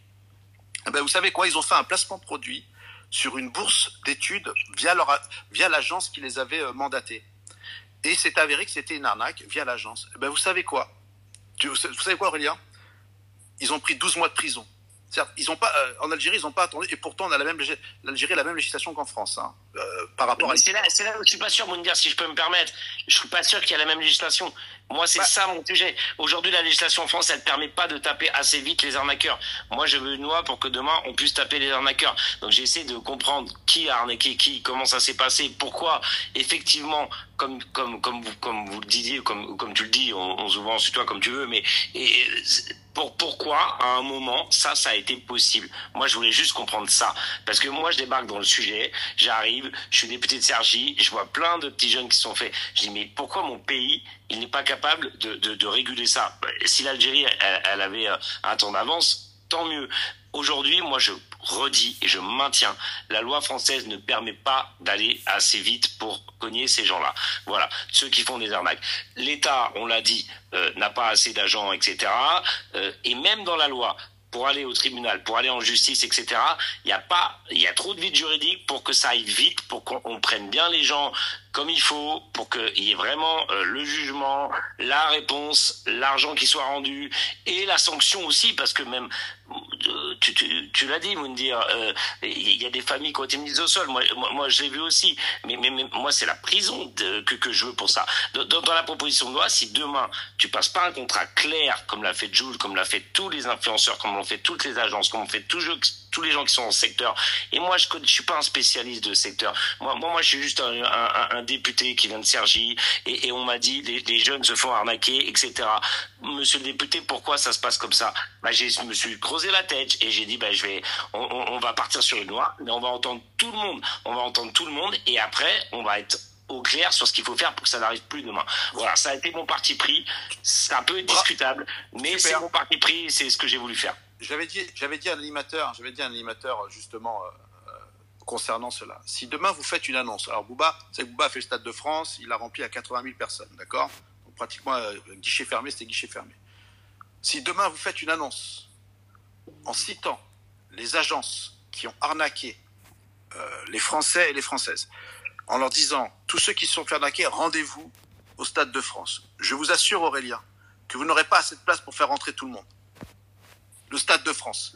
Et ben, vous savez quoi, ils ont fait un placement de produit sur une bourse d'études via, leur, via l'agence qui les avait mandatés. Et c'est avéré que c'était une arnaque via l'agence. Et ben, vous savez quoi, Vous savez quoi, Aurélien ? Ils ont pris douze mois de prison. C'est-à-dire, ils ont pas, euh, en Algérie, ils n'ont pas attendu, et pourtant on a la même, l'Algérie a la même législation qu'en France, hein, euh, par rapport mais à... C'est là, c'est là où je suis pas sûr, Moundir, si je peux me permettre. Je suis pas sûr qu'il y a la même législation. Moi, c'est bah, ça mon sujet. Aujourd'hui, la législation en France, elle ne permet pas de taper assez vite les arnaqueurs. Moi, je veux une loi pour que demain, on puisse taper les arnaqueurs. Donc, j'essaie de comprendre qui a arnaqué qui, comment ça s'est passé, pourquoi, effectivement, comme, comme, comme, vous, comme vous le disiez, comme, comme tu le dis, on, on se voit ensuite toi comme tu veux, mais et, pour, pourquoi, à un moment, ça, ça a été possible. Moi, je voulais juste comprendre ça. Parce que moi, je débarque dans le sujet, j'arrive, je suis député de Cergy, je vois plein de petits jeunes qui se sont faits. Je dis, mais pourquoi mon pays, il n'est pas capable de, de, de réguler ça? Si l'Algérie, elle, elle avait un temps d'avance, tant mieux. Aujourd'hui, moi, je redis et je maintiens, la loi française ne permet pas d'aller assez vite pour cogner ces gens-là. Voilà, ceux qui font des arnaques. L'État, on l'a dit, euh, n'a pas assez d'agents, et cetera. Euh, et même dans la loi, pour aller au tribunal, pour aller en justice, et cetera, il y a pas, il y a trop de vide juridique pour que ça aille vite, pour qu'on prenne bien les gens comme il faut, pour qu'il y ait vraiment euh, le jugement, la réponse, l'argent qui soit rendu, et la sanction aussi, parce que même, euh, tu, tu, tu l'as dit, Moundir, euh, il y a des familles qui ont été mises au sol, moi, moi, moi je l'ai vu aussi, mais, mais, mais moi c'est la prison de, que, que je veux pour ça. Dans, dans la proposition de loi, si demain tu passes pas un contrat clair, comme l'a fait Jules, comme l'a fait tous les influenceurs, comme l'ont fait toutes les agences, comme l'ont fait tous, tous les gens qui sont dans le secteur, et moi je ne suis pas un spécialiste de secteur, moi, moi, moi je suis juste un, un, un député qui vient de Cergy, et, et on m'a dit les, les jeunes se font arnaquer, et cetera. Monsieur le député, pourquoi ça se passe comme ça? Bah, j'ai, je me suis creusé la tête et j'ai dit bah je vais, on, on, on va partir sur une loi, mais on va entendre tout le monde, on va entendre tout le monde, et après on va être au clair sur ce qu'il faut faire pour que ça n'arrive plus demain. Voilà, ça a été mon parti pris. C'est un peu discutable, mais c'est mon parti pris, et c'est ce que j'ai voulu faire. J'avais dit, j'avais dit à un animateur, j'avais dit à un animateur justement. Euh, concernant cela. Si demain vous faites une annonce, alors Bouba, c'est que Bouba a fait le Stade de France, il a rempli à quatre-vingt mille personnes, d'accord? Donc pratiquement euh, guichet fermé, c'était guichet fermé. Si demain vous faites une annonce en citant les agences qui ont arnaqué euh, les Français et les Françaises, en leur disant tous ceux qui se sont fait arnaquer, rendez-vous au Stade de France. Je vous assure, Aurélien, que vous n'aurez pas assez de place pour faire rentrer tout le monde. Le Stade de France.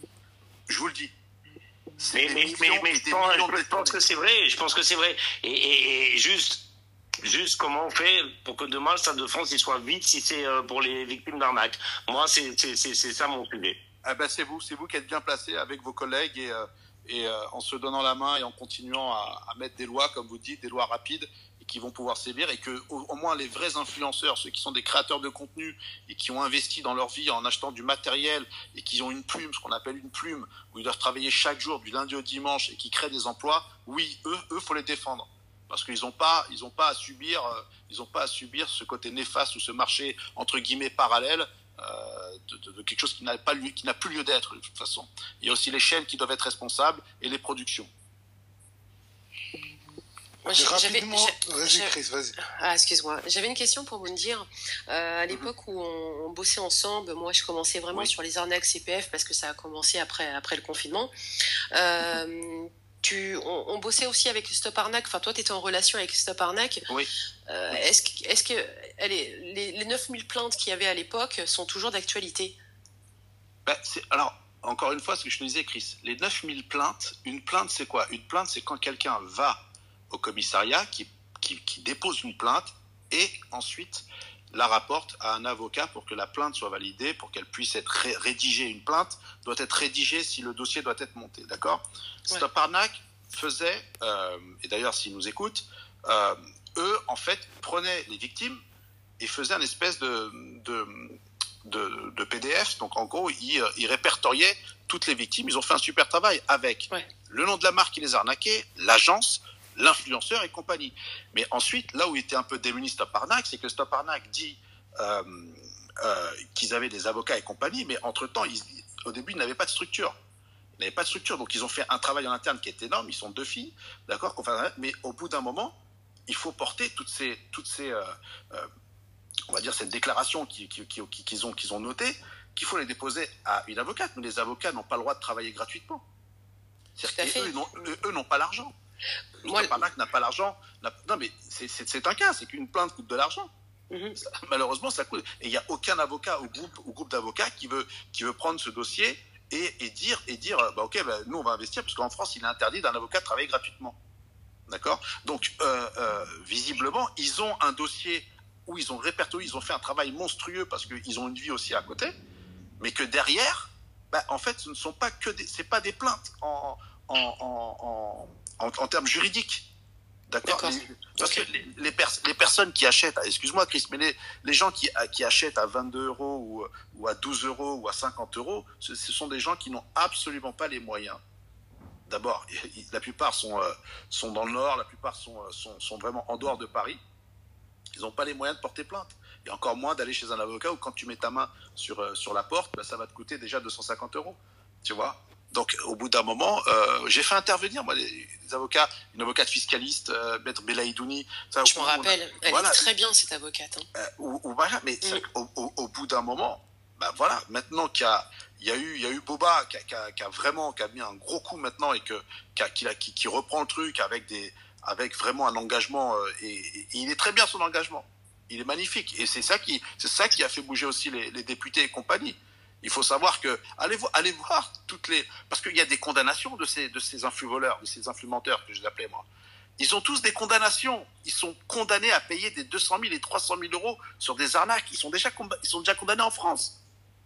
Je vous le dis. Mais, mais, mais, mais je, pense, je pense que c'est vrai, je pense que c'est vrai. Et, et, et juste, juste comment on fait pour que demain le Stade de France il soit vide si c'est pour les victimes d'arnaque. Moi, c'est, c'est, c'est, c'est ça mon sujet. Ah ben c'est vous, c'est vous qui êtes bien placé avec vos collègues et, euh, et euh, en se donnant la main et en continuant à, à mettre des lois, comme vous dites, des lois rapides et qui vont pouvoir sévir, et que au, au moins les vrais influenceurs, ceux qui sont des créateurs de contenu et qui ont investi dans leur vie en achetant du matériel et qui ont une plume, ce qu'on appelle une plume, où ils doivent travailler chaque jour du lundi au dimanche et qui créent des emplois, oui, eux, eux, faut les défendre. Parce qu'ils n'ont pas, ils ont pas à subir, euh, ils ont pas à subir ce côté néfaste ou ce marché entre guillemets parallèle euh, de, de, de quelque chose qui n'a pas lieu, qui n'a plus lieu d'être de toute façon. Il y a aussi les chaînes qui doivent être responsables et les productions. Moi, j'avais, vas-y, Chris, vas-y. Ah, excuse-moi. J'avais une question pour vous dire. Euh, à l'époque mm-hmm. où on, on bossait ensemble, moi, je commençais vraiment oui. sur les arnaques C P F parce que ça a commencé après, après le confinement. Euh, mm-hmm. tu, on, on bossait aussi avec Stop Arnaque. Enfin, toi, tu étais en relation avec Stop Arnaque. Oui. Euh, oui. Est-ce que, est-ce que allez, les, les neuf mille plaintes qu'il y avait à l'époque sont toujours d'actualité? Ben, c'est, alors, encore une fois, ce que je te disais, Chris, les neuf mille plaintes, une plainte, c'est quoi? Une plainte, c'est quand quelqu'un va au commissariat, qui, qui, qui dépose une plainte et ensuite la rapporte à un avocat pour que la plainte soit validée, pour qu'elle puisse être ré- rédigée. Une plainte doit être rédigée si le dossier doit être monté, d'accord? Ouais. Stop Arnaque faisait, euh, et d'ailleurs s'ils nous écoutent, euh, eux, en fait, prenaient les victimes et faisaient une espèce de, de, de, de P D F. Donc en gros, ils, ils répertoriaient toutes les victimes. Ils ont fait un super travail avec ouais. le nom de la marque qui les a arnaqués, l'agence, l'influenceur et compagnie. Mais ensuite, là où était un peu démuni Stop Arnaque, c'est que Stop Arnaque dit euh, euh, qu'ils avaient des avocats et compagnie, mais entre-temps, ils, au début, ils n'avaient pas de structure. Ils n'avaient pas de structure, donc ils ont fait un travail en interne qui est énorme. Ils sont deux filles, d'accord, mais au bout d'un moment, il faut porter toutes ces, toutes ces euh, euh, on va dire, cette déclaration qu'ils, qu'ils, qu'ils, ont, qu'ils ont notée, qu'il faut les déposer à une avocate. Mais les avocats n'ont pas le droit de travailler gratuitement. C'est-à-dire qu'eux n'ont, eux, eux n'ont pas l'argent. Moi, le Parnac n'a pas l'argent. Non, mais c'est, c'est, c'est un cas, c'est qu'une plainte coûte de l'argent. Mm-hmm. Ça, malheureusement, ça coûte. Et il n'y a aucun avocat ou groupe, ou groupe d'avocats qui veut, qui veut prendre ce dossier et, et dire, et dire bah, ok, bah, nous, on va investir, parce qu'en France, il est interdit d'un avocat de travailler gratuitement. D'accord ? Donc, euh, euh, visiblement, ils ont un dossier où ils ont répertorié, ils ont fait un travail monstrueux parce qu'ils ont une vie aussi à côté, mais que derrière, bah, en fait, ce ne sont pas que des, c'est pas des plaintes en, en, en, en, en, en termes juridiques. D'accord, D'accord. Les, parce okay. que les, les, pers- les personnes qui achètent, excuse-moi Chris, mais les, les gens qui, qui achètent à vingt-deux euros ou, ou à douze euros ou à cinquante euros, ce, ce sont des gens qui n'ont absolument pas les moyens. D'abord, la plupart sont, euh, sont dans le Nord, la plupart sont, sont, sont vraiment en dehors de Paris. Ils n'ont pas les moyens de porter plainte. Et encore moins d'aller chez un avocat où quand tu mets ta main sur, euh, sur la porte, bah, ça va te coûter déjà deux cent cinquante euros. Tu vois ? Donc, au bout d'un moment, euh, j'ai fait intervenir moi, des, des avocats, une avocate fiscaliste, euh, Maître Belaïdouni. Ça, Je m'en rappelle, a, elle voilà, est très bien, cette avocate. Hein. Euh, ou, ou, voilà, mais mm. au, au, au bout d'un moment, bah, voilà, maintenant qu'il y a, il y a eu, il y a eu Boba qui a, qui, a, qui a vraiment qui a mis un gros coup maintenant et que, qui, a, qui, a, qui, qui reprend le truc avec, des, avec vraiment un engagement. Euh, et, et il est très bien son engagement. Il est magnifique. Et c'est ça qui, c'est ça qui a fait bouger aussi les, les députés et compagnie. Il faut savoir que, allez, vo- allez voir toutes les, parce qu'il y a des condamnations de ces, de ces influvoleurs, de ces influmenteurs que je les appelais moi. Ils ont tous des condamnations. Ils sont condamnés à payer des deux cent mille et trois cent mille euros sur des arnaques. Ils sont déjà, ils sont déjà condamnés en France.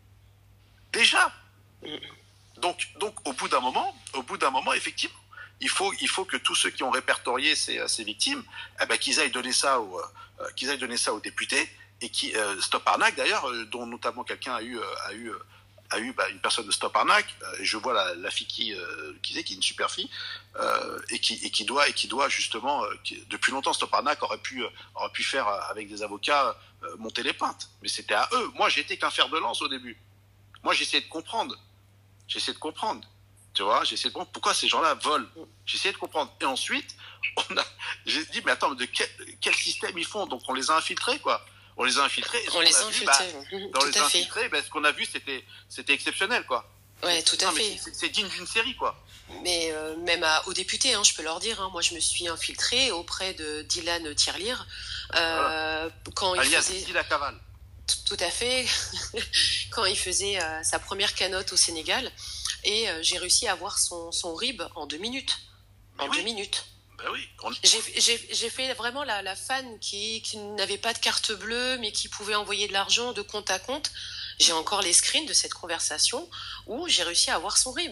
Déjà. Donc, donc, au bout d'un moment, au bout d'un moment, effectivement, il faut, il faut que tous ceux qui ont répertorié ces, ces victimes, eh ben, qu'ils aillent donner ça aux, euh, qu'ils aillent donner ça aux députés. Et qui euh, Stop Arnaque d'ailleurs, euh, dont notamment quelqu'un a eu euh, a eu euh, a eu bah, une personne de Stop Arnaque. Euh, je vois la, la fille qui euh, qui est qui est une super fille euh, et qui et qui doit et qui doit justement euh, qui, depuis longtemps Stop Arnaque aurait pu euh, aurait pu faire euh, avec des avocats euh, monter les plaintes. Mais c'était à eux. Moi j'étais qu'un fer de lance au début. Moi j'essayais de comprendre. J'essayais de comprendre. Tu vois, j'essayais de comprendre pourquoi ces gens-là volent. J'essayais de comprendre. Et ensuite, on a, j'ai dit mais attends, de quel, quel système ils font? Donc on les a infiltrés quoi. On les a infiltrés. On les a infiltrés. Dans les infiltrés, bah, ce qu'on a vu, c'était, c'était exceptionnel, quoi. Ouais, tout à non, fait. C'est, c'est digne d'une série, quoi. Mais euh, même à, aux députés, hein, je peux leur dire, hein, moi je me suis infiltrée auprès de Dylan Tirelire euh, voilà. quand il Alias faisait. La Cavale. Tout à fait. Quand il faisait euh, sa première canotte au Sénégal, et euh, j'ai réussi à avoir son son R I B en deux minutes. Mais en oui. deux minutes. Ben oui, on... j'ai, j'ai, j'ai fait vraiment la, la fan qui, qui n'avait pas de carte bleue, mais qui pouvait envoyer de l'argent de compte à compte. J'ai encore les screens de cette conversation où j'ai réussi à avoir son R I B.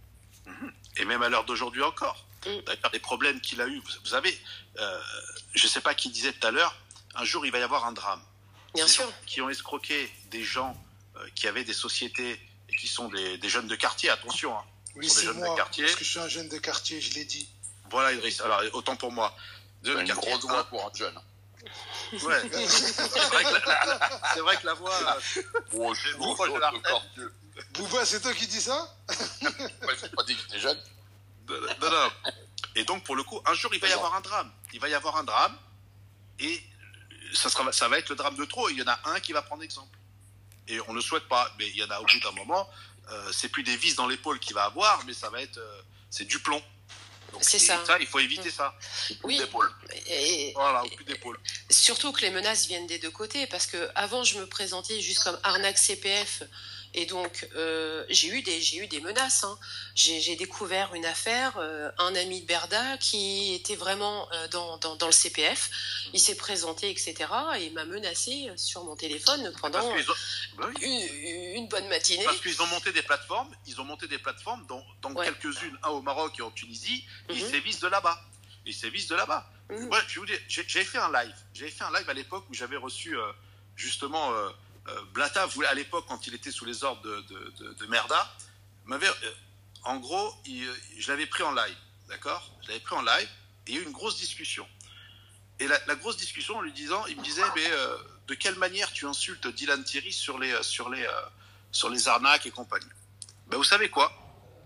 Et même à l'heure d'aujourd'hui encore. Mm. D'ailleurs, les problèmes qu'il a eu, vous, vous savez, euh, je ne sais pas qui disait tout à l'heure, un jour il va y avoir un drame. Bien Ces sûr. gens qui ont escroqué des gens euh, qui avaient des sociétés et qui sont des, des jeunes de quartier, attention. Hein, oui, c'est moi, de quartier. Parce que je suis un jeune de quartier, je l'ai dit. Voilà Idriss, alors autant pour moi. De une grosse voix pour un jeune. Ouais, c'est, vrai que la, c'est vrai que la voix. Oh, c'est beau, proche de la retraite. Bouba, c'est toi qui dis ça? Ouais, j'ai pas dit que t'étais jeune. Non, non, non. Et donc pour le coup, un jour il va y avoir un drame. Il va y avoir un drame et ça, sera, ça va être le drame de trop. Il y en a un qui va prendre exemple. Et on ne le souhaite pas, mais il y en a au bout d'un moment. Euh, c'est plus des vis dans l'épaule qu'il va avoir, mais ça va être, euh, c'est du plomb. Donc, c'est ça. ça. Il faut éviter ça. Oui. D'épaule. Et... Voilà, au plus d'épaule. Surtout que les menaces viennent des deux côtés, parce que avant je me présentais juste comme arnaque C P F, Et donc, euh, j'ai eu des, j'ai eu des menaces. Hein. J'ai, j'ai découvert une affaire, euh, un ami de Berda qui était vraiment euh, dans, dans, dans le C P F. Il s'est présenté, et cetera. Et il m'a menacé sur mon téléphone pendant ont... bah oui. une, une bonne matinée. Parce qu'ils ont monté des plateformes, ils ont monté des plateformes, dont, dont ouais. quelques-unes, un au Maroc et en Tunisie, et mm-hmm. ils sévissent de là-bas. Ils sévissent de là-bas. Mm-hmm. Moi, je vais vous dire, j'ai, j'avais fait un live. J'avais fait un live à l'époque où j'avais reçu euh, justement... Euh, Euh, Blata, à l'époque, quand il était sous les ordres de, de, de, de Merda, m'avait, euh, en gros, il, je l'avais pris en live, d'accord ? Je l'avais pris en live, et il y a eu une grosse discussion. Et la, la grosse discussion, en lui disant, il me disait, mais euh, de quelle manière tu insultes Dylan Thierry sur les, sur les, euh, sur les arnaques et compagnie ? Ben, vous savez quoi ?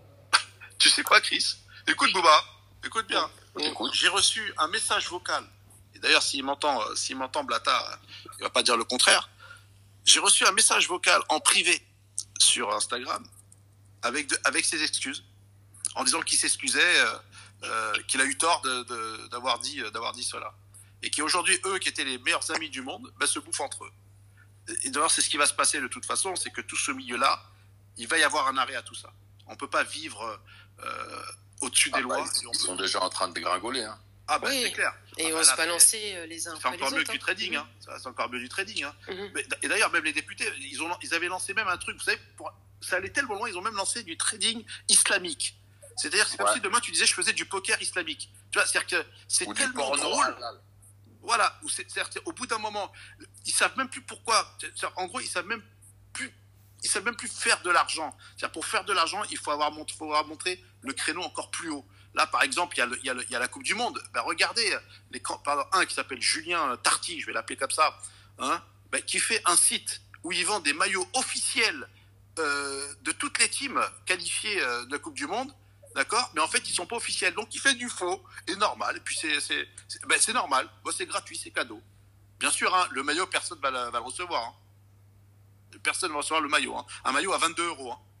Tu sais quoi, Chris ? Écoute, Bouba, écoute bien. Écoute. J'ai reçu un message vocal, et d'ailleurs, s'il m'entend, euh, s'il m'entend, Blata, il va pas dire le contraire. J'ai reçu un message vocal en privé sur Instagram avec, de, avec ses excuses, en disant qu'il s'excusait, euh, euh, qu'il a eu tort de, de, d'avoir, dit, d'avoir dit cela. Et qu'aujourd'hui, eux, qui étaient les meilleurs amis du monde, ben, se bouffent entre eux. Et d'ailleurs, c'est ce qui va se passer de toute façon, c'est que tout ce milieu-là, il va y avoir un arrêt à tout ça. On ne peut pas vivre euh, au-dessus ah des bah, lois. Ils, ils sont déjà en train de dégringoler, hein. Ah ben oui. C'est clair. Et ah on ben se balancer les uns après les autres. C'est encore mieux que du trading, hein. C'est encore mieux du trading, hein. Mm-hmm. Mais, et d'ailleurs, même les députés, ils, ont, ils avaient lancé même un truc, vous savez, pour, ça allait tellement loin, ils ont même lancé du trading islamique. C'est-à-dire, c'est comme ouais. si demain tu disais, je faisais du poker islamique. Tu vois, c'est-à-dire que c'est Ou tellement drôle. Voilà. Où c'est, c'est-à-dire qu'au bout d'un moment, ils savent même plus pourquoi. En gros, ils savent même plus, ils savent même plus faire de l'argent. C'est-à-dire, pour faire de l'argent, il faut avoir, faut avoir montré le créneau encore plus haut. Là, par exemple, il y a, le, il y a, le, il y a la Coupe du Monde. Ben, regardez, les, pardon, un qui s'appelle Julien Tarty, je vais l'appeler comme ça, hein, ben, qui fait un site où il vend des maillots officiels euh, de toutes les teams qualifiées euh, de la Coupe du Monde, d'accord ? Mais en fait, ils ne sont pas officiels. Donc, il fait du faux, et normal. Et puis, c'est, c'est, c'est, ben, c'est normal. Ben, c'est gratuit, c'est cadeau. Bien sûr, hein, le maillot, personne ne va, va le recevoir. Hein. Personne ne va recevoir le maillot. Hein. Un maillot à vingt-deux euros. Hein.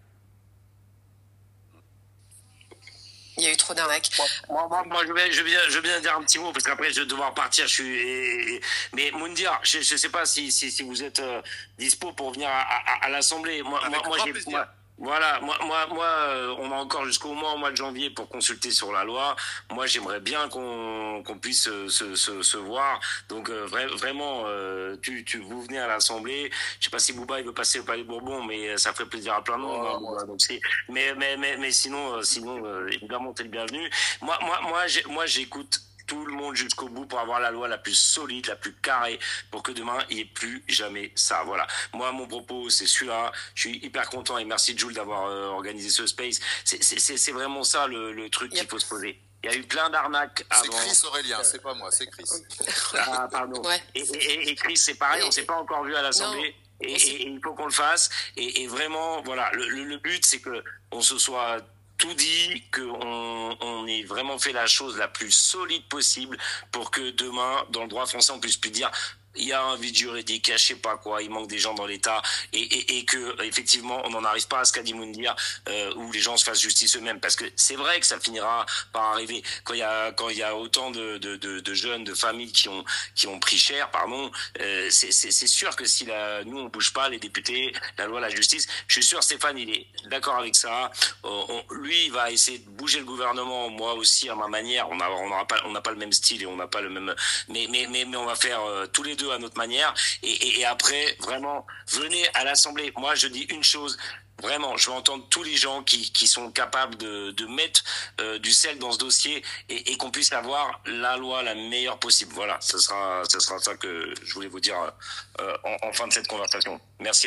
Il y a eu trop d'arnaques. Moi, moi, moi, je vais, je vais, je vais bien dire un petit mot parce qu'après je vais devoir partir. Je suis, mais Moundir, je, je sais pas si, si, si vous êtes euh, dispo pour venir à, à, à l'Assemblée. Moi, Avec moi, moi, j'ai, moi, voilà, moi, moi, moi, euh, on a encore jusqu'au mois, au mois de janvier pour consulter sur la loi. Moi, j'aimerais bien qu'on, qu'on puisse se, se, se, se voir. Donc, euh, vra- vraiment, euh, tu, tu, vous venez à l'Assemblée. Je sais pas si Bouba il veut passer au Palais Bourbon, mais ça ferait plaisir à plein de monde. Oh, hein, Bouba, donc c'est, mais, mais, mais, mais sinon, euh, sinon, euh, évidemment, t'es le bienvenu. Moi, moi, moi, j'ai, moi, j'écoute tout le monde jusqu'au bout pour avoir la loi la plus solide, la plus carrée, pour que demain, il n'y ait plus jamais ça. Voilà. Moi, mon propos, c'est celui-là. Je suis hyper content et merci Jules d'avoir euh, organisé ce space. C'est, c'est, c'est, c'est vraiment ça le, le truc yep. qu'il faut se poser. Il y a eu plein d'arnaques avant. C'est Chris Aurélien, c'est pas moi, c'est Chris. Ah, pardon. Ouais. Et, et, et Chris, c'est pareil, et... on s'est pas encore vu à l'Assemblée. Et, et, et il faut qu'on le fasse. Et, et vraiment, voilà, le, le, le but, c'est que on se soit tout dit, qu'on on ait vraiment fait la chose la plus solide possible pour que demain, dans le droit français, on puisse plus dire il y a un vide juridique, je sais pas quoi, il manque des gens dans l'État, et, et, et que effectivement on n'en arrive pas à ce qu'a dit Moundir, euh, où les gens se fassent justice eux-mêmes, parce que c'est vrai que ça finira par arriver quand il y a quand il y a autant de, de, de, de jeunes, de familles qui ont qui ont pris cher, pardon, euh, c'est, c'est, c'est sûr que si la, nous on bouge pas, les députés, la loi, la justice, je suis sûr Stéphane il est d'accord avec ça, on, on, lui il va essayer de bouger le gouvernement, moi aussi à ma manière, on a on n'aura pas on n'a pas le même style et on n'a pas le même, mais mais mais mais on va faire euh, tous les deux à notre manière et, et, et après vraiment venez à l'Assemblée. Moi je dis une chose, vraiment je veux entendre tous les gens qui, qui sont capables de, de mettre euh, du sel dans ce dossier et, et qu'on puisse avoir la loi la meilleure possible. Voilà, ce sera, ce sera ça que je voulais vous dire euh, en, en fin de cette conversation. Merci.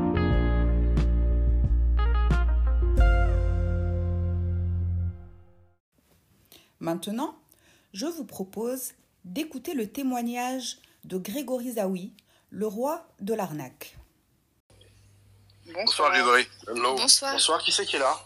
Maintenant, je vous propose d'écouter le témoignage de Grégory Zaoui, le roi de l'arnaque. Bonsoir, Bonsoir Grégory. Hello. Bonsoir. Bonsoir, qui c'est qui est là?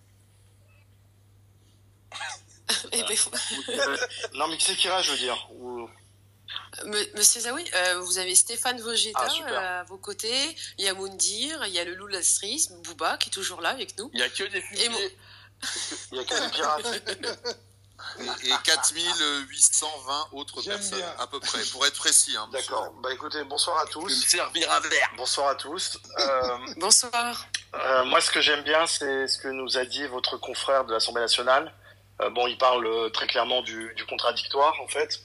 eh ben... Non, mais qui c'est qui est là, je veux dire Ou... Monsieur Zaoui, euh, vous avez Stéphane Vogetta ah, euh, à vos côtés, il y a Moundir, il y a le loup Lastris, Bouba qui est toujours là avec nous. Il n'y a que des fumiers. Mon... Il n'y a que des pirates. et, et quatre mille huit cent vingt autres personnes, bien. À peu près, pour être précis. Hein, d'accord. Bah écoutez, bonsoir à tous. Me servir un verre. Bonsoir à tous. Euh, Bonsoir. Euh, moi, ce que j'aime bien, c'est ce que nous a dit votre confrère de l'Assemblée nationale. Euh, bon, il parle euh, très clairement du, du contradictoire, en fait.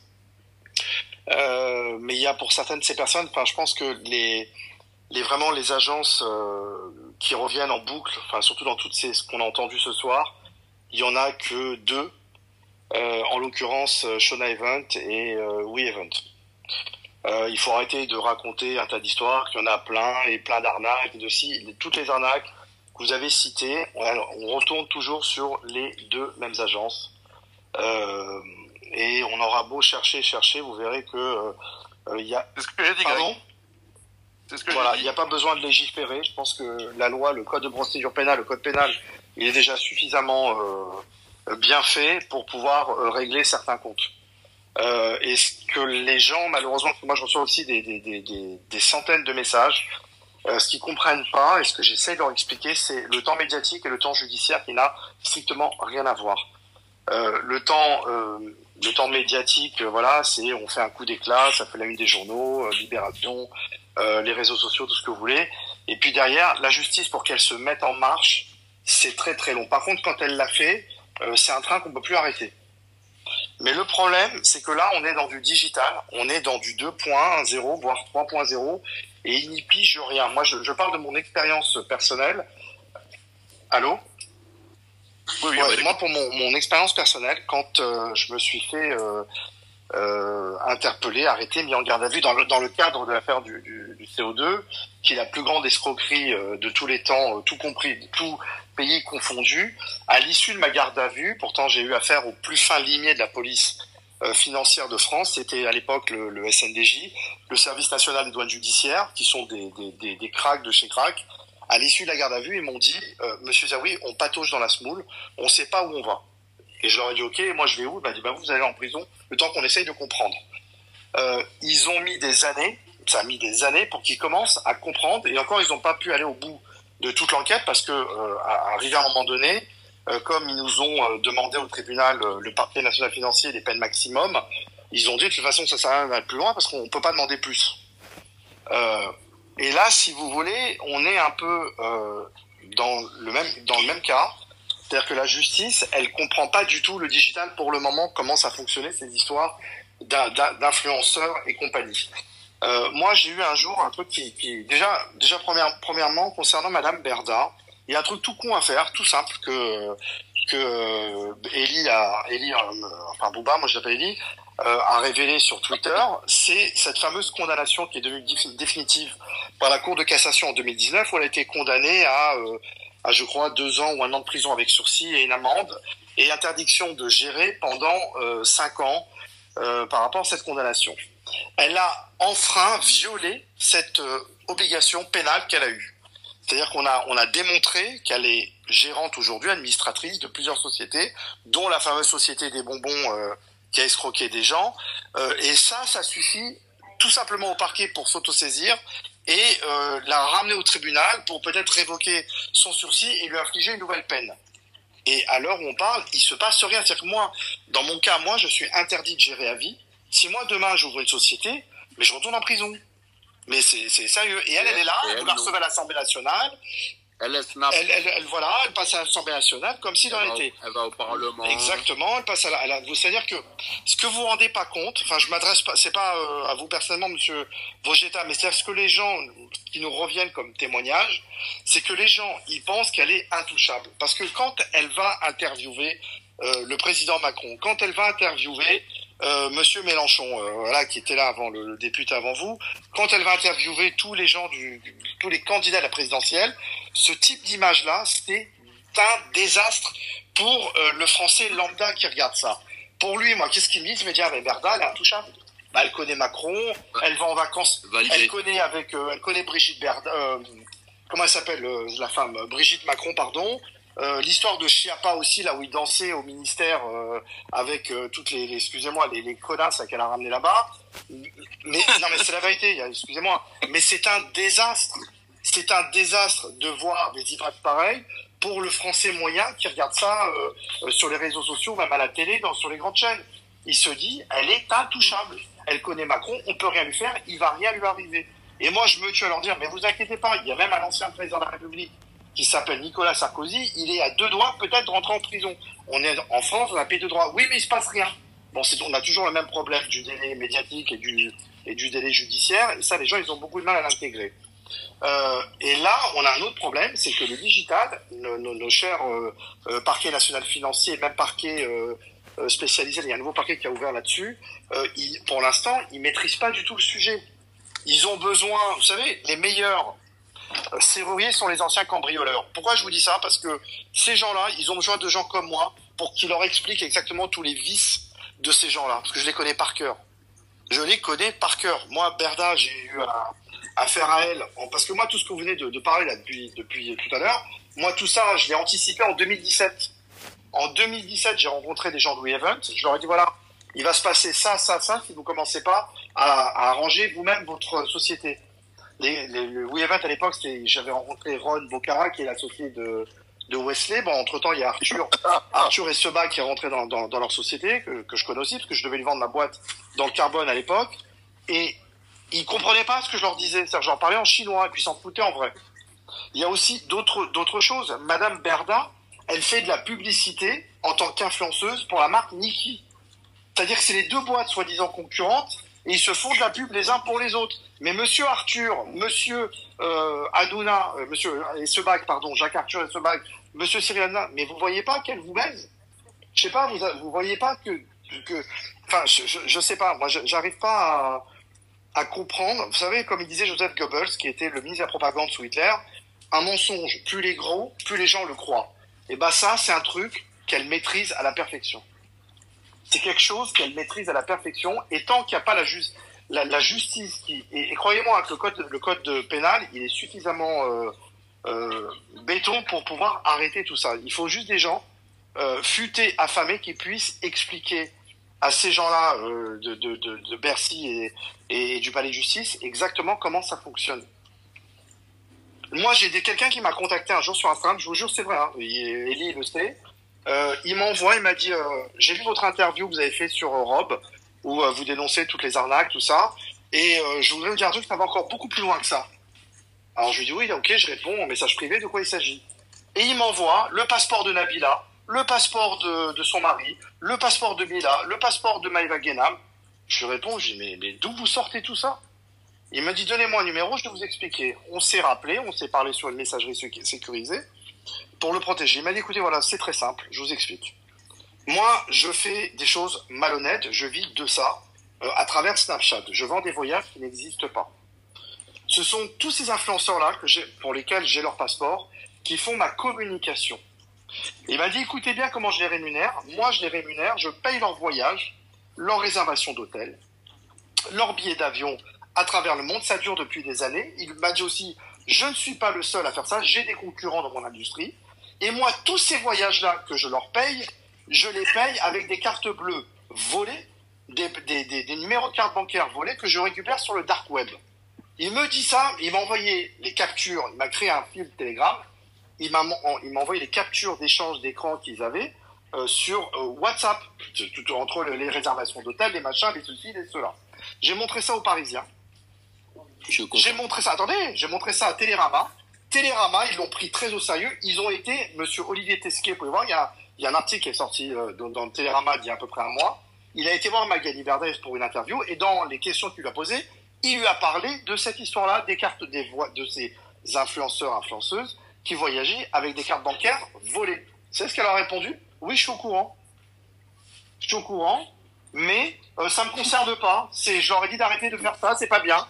Euh, mais il y a pour certaines de ces personnes, enfin, je pense que les, les vraiment les agences euh, qui reviennent en boucle, enfin, surtout dans toutes ces ce qu'on a entendu ce soir, il y en a que deux, euh, en l'occurrence Shona Event et euh, We Event. Euh, il faut arrêter de raconter un tas d'histoires, qu'il y en a plein et plein d'arnaques, et de si, toutes les arnaques que vous avez citées, on, on retourne toujours sur les deux mêmes agences. Euh, et on aura beau chercher, chercher, vous verrez que euh, il y a. C'est ce que j'ai dit, Pardon. C'est ce que voilà, j'ai dit. il n'y a pas besoin de légiférer. Je pense que la loi, le code de procédure pénale, le code pénal, il est déjà suffisamment euh, bien fait pour pouvoir euh, régler certains comptes. Euh, et ce que les gens, malheureusement, moi je reçois aussi des, des, des, des, des centaines de messages, euh, ce qu'ils comprennent pas et ce que j'essaie de leur expliquer, c'est le temps médiatique et le temps judiciaire qui n'a strictement rien à voir. Euh, le temps, euh, le temps médiatique, euh, voilà, c'est on fait un coup d'éclat, ça fait la une des journaux, euh, Libération, euh, les réseaux sociaux, tout ce que vous voulez. Et puis derrière, la justice pour qu'elle se mette en marche, c'est très très long. Par contre, quand elle l'a fait, euh, c'est un train qu'on peut plus arrêter. Mais le problème, c'est que là, on est dans du digital, on est dans du deux point zéro, voire trois point zéro, et il n'y pige rien. Moi, je, je parle de mon expérience personnelle. Allô ? Oui, oui, ouais, moi, pour mon, mon expérience personnelle, quand euh, je me suis fait euh, euh, interpeller, arrêter, mis en garde à vue dans le, dans le cadre de l'affaire du, du, du C O deux, qui est la plus grande escroquerie euh, de tous les temps, euh, tout compris, tout pays confondu. À l'issue de ma garde à vue, pourtant j'ai eu affaire au plus fin limier de la police euh, financière de France, c'était à l'époque le, le S N D J, le Service national des douanes judiciaires, qui sont des, des, des, des cracks de chez crack. À l'issue de la garde à vue, ils m'ont dit euh, « Monsieur Zaoui, on patauge dans la semoule, on ne sait pas où on va ». Et je leur ai dit « Ok, moi je vais où ?» Il m'a dit bah, « Vous allez en prison le temps qu'on essaye de comprendre euh, ». Ils ont mis des années, ça a mis des années pour qu'ils commencent à comprendre, et encore ils n'ont pas pu aller au bout de toute l'enquête parce que euh, arrivé à un moment donné, euh, comme ils nous ont euh, demandé au tribunal euh, le parquet national financier des peines maximum, ils ont dit de toute façon ça sert à rien d'aller plus loin parce qu'on peut pas demander plus. Euh, et là, si vous voulez, on est un peu euh, dans le même dans le même cas, c'est-à-dire que la justice, elle comprend pas du tout le digital pour le moment, comment ça fonctionnait ces histoires d'influenceurs et compagnie. Euh, moi, j'ai eu un jour un truc qui, qui déjà, déjà première, premièrement, concernant Madame Berda, il y a un truc tout con à faire, tout simple, que que euh, Eli a, Eli, euh, enfin Bouba, moi je l'appelle Eli, euh, a révélé sur Twitter, c'est cette fameuse condamnation qui est devenue définitive par la Cour de cassation en deux mille dix-neuf, où elle a été condamnée à, euh, à je crois deux ans ou un an de prison avec sursis et une amende et interdiction de gérer pendant euh, cinq ans euh, par rapport à cette condamnation. Elle a enfreint, violé cette euh, obligation pénale qu'elle a eue. C'est-à-dire qu'on a, on a démontré qu'elle est gérante aujourd'hui, administratrice de plusieurs sociétés, dont la fameuse société des bonbons euh, qui a escroqué des gens. Euh, et ça, ça suffit tout simplement au parquet pour s'autosaisir et euh, la ramener au tribunal pour peut-être révoquer son sursis et lui infliger une nouvelle peine. Et à l'heure où on parle, il se passe rien. C'est-à-dire que moi, dans mon cas, moi, je suis interdit de gérer à vie. Si moi, demain, j'ouvre une société, mais je retourne en prison. Mais c'est, c'est sérieux. Et elle, elle est là, vous la recevez à l'Assemblée nationale. Elle, elle, elle, elle, voilà, elle passe à l'Assemblée nationale comme si elle en était. Elle va au Parlement. Exactement, elle passe à la, à la c'est-à-dire que ce que vous vous rendez pas compte, enfin, je m'adresse pas, c'est pas euh, à vous personnellement, monsieur Vogetta, mais c'est-à-dire ce que les gens qui nous reviennent comme témoignage, c'est que les gens, ils pensent qu'elle est intouchable. Parce que quand elle va interviewer euh, le président Macron, quand elle va interviewer Euh, Monsieur Mélenchon, euh, voilà, qui était là avant le, le député avant vous, quand elle va interviewer tous les gens du, du tous les candidats à la présidentielle, ce type d'image-là, c'est un désastre pour euh, le Français lambda qui regarde ça. Pour lui, moi, qu'est-ce qu'il me dit? Il me dit ah mais Berda, elle est intouchable. Bah, elle connaît Macron, elle va en vacances, Validé. elle connaît avec, euh, elle connaît Brigitte Berda, euh, comment elle s'appelle euh, la femme, Brigitte Macron, pardon. Euh, l'histoire de Chiappa aussi, là où il dansait au ministère euh, avec euh, toutes les, les excusez-moi, les, les connasses qu'elle a ramené là-bas. Mais non, mais c'est la vérité. Excusez-moi, mais c'est un désastre. C'est un désastre de voir des images pareilles pour le Français moyen qui regarde ça euh, sur les réseaux sociaux, même à la télé, dans, sur les grandes chaînes. Il se dit, elle est intouchable. Elle connaît Macron, on peut rien lui faire, il va rien lui arriver. Et moi, je me tue à leur dire, mais vous inquiétez pas, il y a même un ancien président de la République qui s'appelle Nicolas Sarkozy, il est à deux doigts peut-être de rentrer en prison. On est en France, on a pays de droit. Oui, mais il se passe rien. Bon, c'est, on a toujours le même problème du délai médiatique et du, et du délai judiciaire, et ça, les gens, ils ont beaucoup de mal à l'intégrer. Euh, et là, on a un autre problème, c'est que le digital, nos, nos, nos chers euh, euh, parquets national financier, même parquets euh, euh, spécialisés, il y a un nouveau parquet qui a ouvert là-dessus, euh, ils, pour l'instant, ils maîtrisent pas du tout le sujet. Ils ont besoin, vous savez, les meilleurs euh, serruriers sont les anciens cambrioleurs. Pourquoi je vous dis ça? Parce que ces gens-là, ils ont besoin de gens comme moi pour qu'ils leur expliquent exactement tous les vices de ces gens-là, parce que je les connais par cœur. Je les connais par cœur. Moi, Berda, j'ai eu un affaire à elle, parce que moi, tout ce que vous venez de, de parler là depuis, depuis tout à l'heure, moi, tout ça, je l'ai anticipé en deux mille dix-sept. En deux mille dix-sept, j'ai rencontré des gens de WeEvent, je leur ai dit, voilà, il va se passer ça, ça, ça, si vous commencez pas à, à arranger vous-même votre société. Les, les, le WeEvent, à l'époque, c'était, j'avais rencontré Ron Bocara, qui est l'associé de, de Wesley. Bon, entre-temps, il y a Arthur, Arthur et Seba qui est rentré dans, dans, dans leur société, que, que je connais aussi, parce que je devais lui vendre ma boîte dans le carbone à l'époque. Et ils comprenaient pas ce que je leur disais. C'est-à-dire, j'en parlais en chinois, et puis ils s'en foutaient en vrai. Il y a aussi d'autres, d'autres choses. Madame Berda, elle fait de la publicité en tant qu'influenceuse pour la marque Niki. C'est-à-dire que c'est les deux boîtes soi-disant concurrentes, et ils se font de la pub les uns pour les autres. Mais monsieur Arthur, monsieur euh, Hanouna, euh, monsieur et Sebag, pardon, Jacques Arthur et Sebag, monsieur Cyril Hanouna, mais vous voyez pas qu'elle vous baise? Je sais pas, vous, vous voyez pas que, que, enfin, je, je, je sais pas, moi, j'arrive pas à, à comprendre. Vous savez, comme il disait Joseph Goebbels, qui était le ministre de la propagande sous Hitler, un mensonge, plus il est gros, plus les gens le croient. Et ben ça, c'est un truc qu'elle maîtrise à la perfection. C'est quelque chose qu'elle maîtrise à la perfection, et tant qu'il n'y a pas la, ju la, la justice qui... Et, et croyez-moi que le code, le code pénal, il est suffisamment euh, euh, béton pour pouvoir arrêter tout ça. Il faut juste des gens euh, futés, affamés, qui puissent expliquer à ces gens-là euh, de, de, de, de Bercy et, et du palais de justice exactement comment ça fonctionne. Moi, j'ai quelqu'un qui m'a contacté un jour sur Instagram, je vous jure, c'est vrai, hein, Elie le sait. Euh, il m'envoie, il m'a dit, euh, j'ai vu votre interview que vous avez fait sur Europe, où euh, vous dénoncez toutes les arnaques, tout ça, et euh, je voudrais vous dire un truc, ça va encore beaucoup plus loin que ça. Alors je lui dis, oui, ok, je réponds en message privé, de quoi il s'agit. Et il m'envoie le passeport de Nabila, le passeport de, de son mari, le passeport de Mila, le passeport de Maïva Guénam. Je lui réponds, je dis, mais, mais d'où vous sortez tout ça? Il m'a dit, donnez-moi un numéro, je vais vous expliquer. On s'est rappelé, on s'est parlé sur une messagerie sécurisée pour le protéger. Il m'a dit, écoutez, voilà, c'est très simple, je vous explique. Moi, je fais des choses malhonnêtes, je vis de ça euh, à travers Snapchat. Je vends des voyages qui n'existent pas. Ce sont tous ces influenceurs-là que j'ai, pour lesquels j'ai leur passeport, qui font ma communication. Il m'a dit, écoutez bien comment je les rémunère. Moi, je les rémunère, je paye leur voyage, leur réservation d'hôtel, leur billet d'avion à travers le monde. Ça dure depuis des années. Il m'a dit aussi, je ne suis pas le seul à faire ça, j'ai des concurrents dans mon industrie. Et moi, tous ces voyages-là que je leur paye, je les paye avec des cartes bleues volées, des, des, des, des numéros de cartes bancaires volés que je récupère sur le dark web. Il me dit ça, il m'a envoyé les captures, il m'a créé un fil Telegram, il m'a il m'a envoyé les captures d'échange d'écran qu'ils avaient euh, sur euh, WhatsApp, tout, entre les réservations d'hôtel, les machins, les ceci, les cela. J'ai montré ça aux Parisiens. J'ai montré ça, attendez, j'ai montré ça à Télérama. Télérama, ils l'ont pris très au sérieux. Ils ont été, monsieur Olivier Tesquet, vous pouvez voir, il y a, il y a un article qui est sorti euh, dans, dans Télérama il y a à peu près un mois. Il a été voir Magali Verdez pour une interview, et dans les questions qu'il lui a posées, il lui a parlé de cette histoire-là, des cartes des voix, de ces influenceurs, influenceuses, qui voyageaient avec des cartes bancaires volées. Vous savez ce qu'elle a répondu? Oui, je suis au courant. Je suis au courant, mais euh, ça me concerne pas. C'est, je leur ai dit d'arrêter de faire ça, c'est pas bien.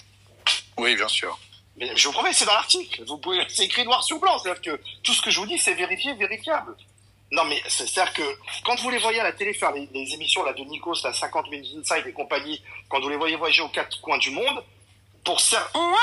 Oui, bien sûr. Mais je vous promets, c'est dans l'article. Vous pouvez, c'est écrit noir sur blanc. C'est-à-dire que tout ce que je vous dis, c'est vérifié, vérifiable. Non, mais c'est-à-dire que quand vous les voyez à la télé faire les, les émissions là de Nikos, la cinquante minutes Inside et compagnie, quand vous les voyez voyager aux quatre coins du monde, pour certains,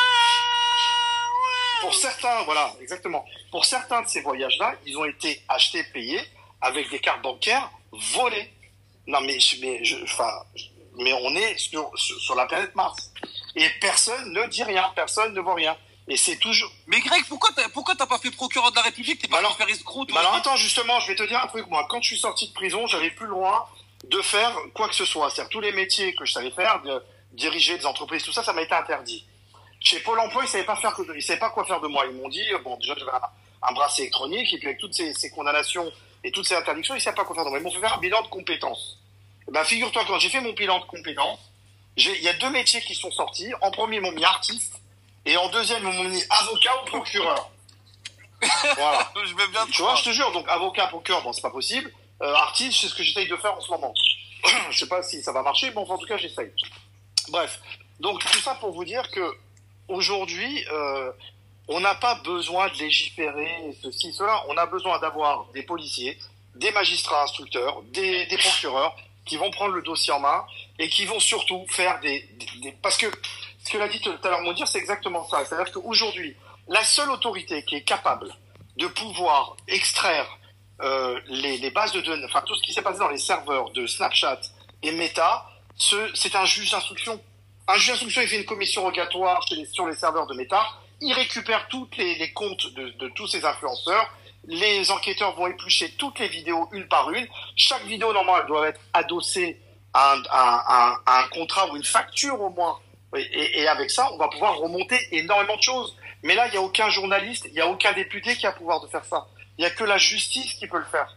pour certains, voilà, exactement. Pour certains de ces voyages-là, ils ont été achetés, payés avec des cartes bancaires volées. Non, mais, mais, je, enfin, mais on est sur, sur, sur la planète Mars. Et personne ne dit rien, personne ne voit rien. Et c'est toujours. Mais Greg, pourquoi t'as, pourquoi t'as pas fait procureur de la République? T'es pas allé faire escroc, toi? Bah alors attends, justement, je vais te dire un truc. Moi, quand je suis sorti de prison, j'avais plus le droit de faire quoi que ce soit. C'est-à-dire tous les métiers que je savais faire, de diriger des entreprises, tout ça, ça m'a été interdit. Chez Pôle Emploi, ils savaient pas faire que, ils savaient pas quoi faire de moi. Ils m'ont dit, bon, déjà j'avais un, un bracelet électronique, et puis avec toutes ces, ces condamnations et toutes ces interdictions, ils savaient pas quoi faire de moi. Ils m'ont fait faire un bilan de compétences. Et ben, figure-toi, quand j'ai fait mon bilan de compétences, j'ai, il y a deux métiers qui sont sortis. En premier, ils m'ont mis artiste. Et en deuxième, ils m'ont mis avocat ou procureur. Voilà. Je veux bien te Tu vois, je te jure, donc avocat, procureur, bon, c'est pas possible. Euh, artiste, c'est ce que j'essaye de faire en ce moment. Je sais pas si ça va marcher, mais enfin, en tout cas, j'essaye. Bref. Donc, tout ça pour vous dire que aujourd'hui, euh, on n'a pas besoin de légiférer, ceci, cela. On a besoin d'avoir des policiers, des magistrats instructeurs, des, des procureurs qui vont prendre le dossier en main et qui vont surtout faire des... des, des... Parce que ce que l'a dit tout à l'heure Mounir, c'est exactement ça. C'est-à-dire qu'aujourd'hui, la seule autorité qui est capable de pouvoir extraire euh, les, les bases de données, enfin tout ce qui s'est passé dans les serveurs de Snapchat et Meta, ce, c'est un juge d'instruction. Un juge d'instruction, il fait une commission rogatoire chez les, sur les serveurs de Meta, il récupère tous les, les comptes de, de tous ces influenceurs, les enquêteurs vont éplucher toutes les vidéos une par une, chaque vidéo normalement elle doit être adossée à un, à un, à un contrat ou une facture au moins. Et, et, et avec ça, on va pouvoir remonter énormément de choses. Mais là, il n'y a aucun journaliste, il n'y a aucun député qui a le pouvoir de faire ça. Il n'y a que la justice qui peut le faire.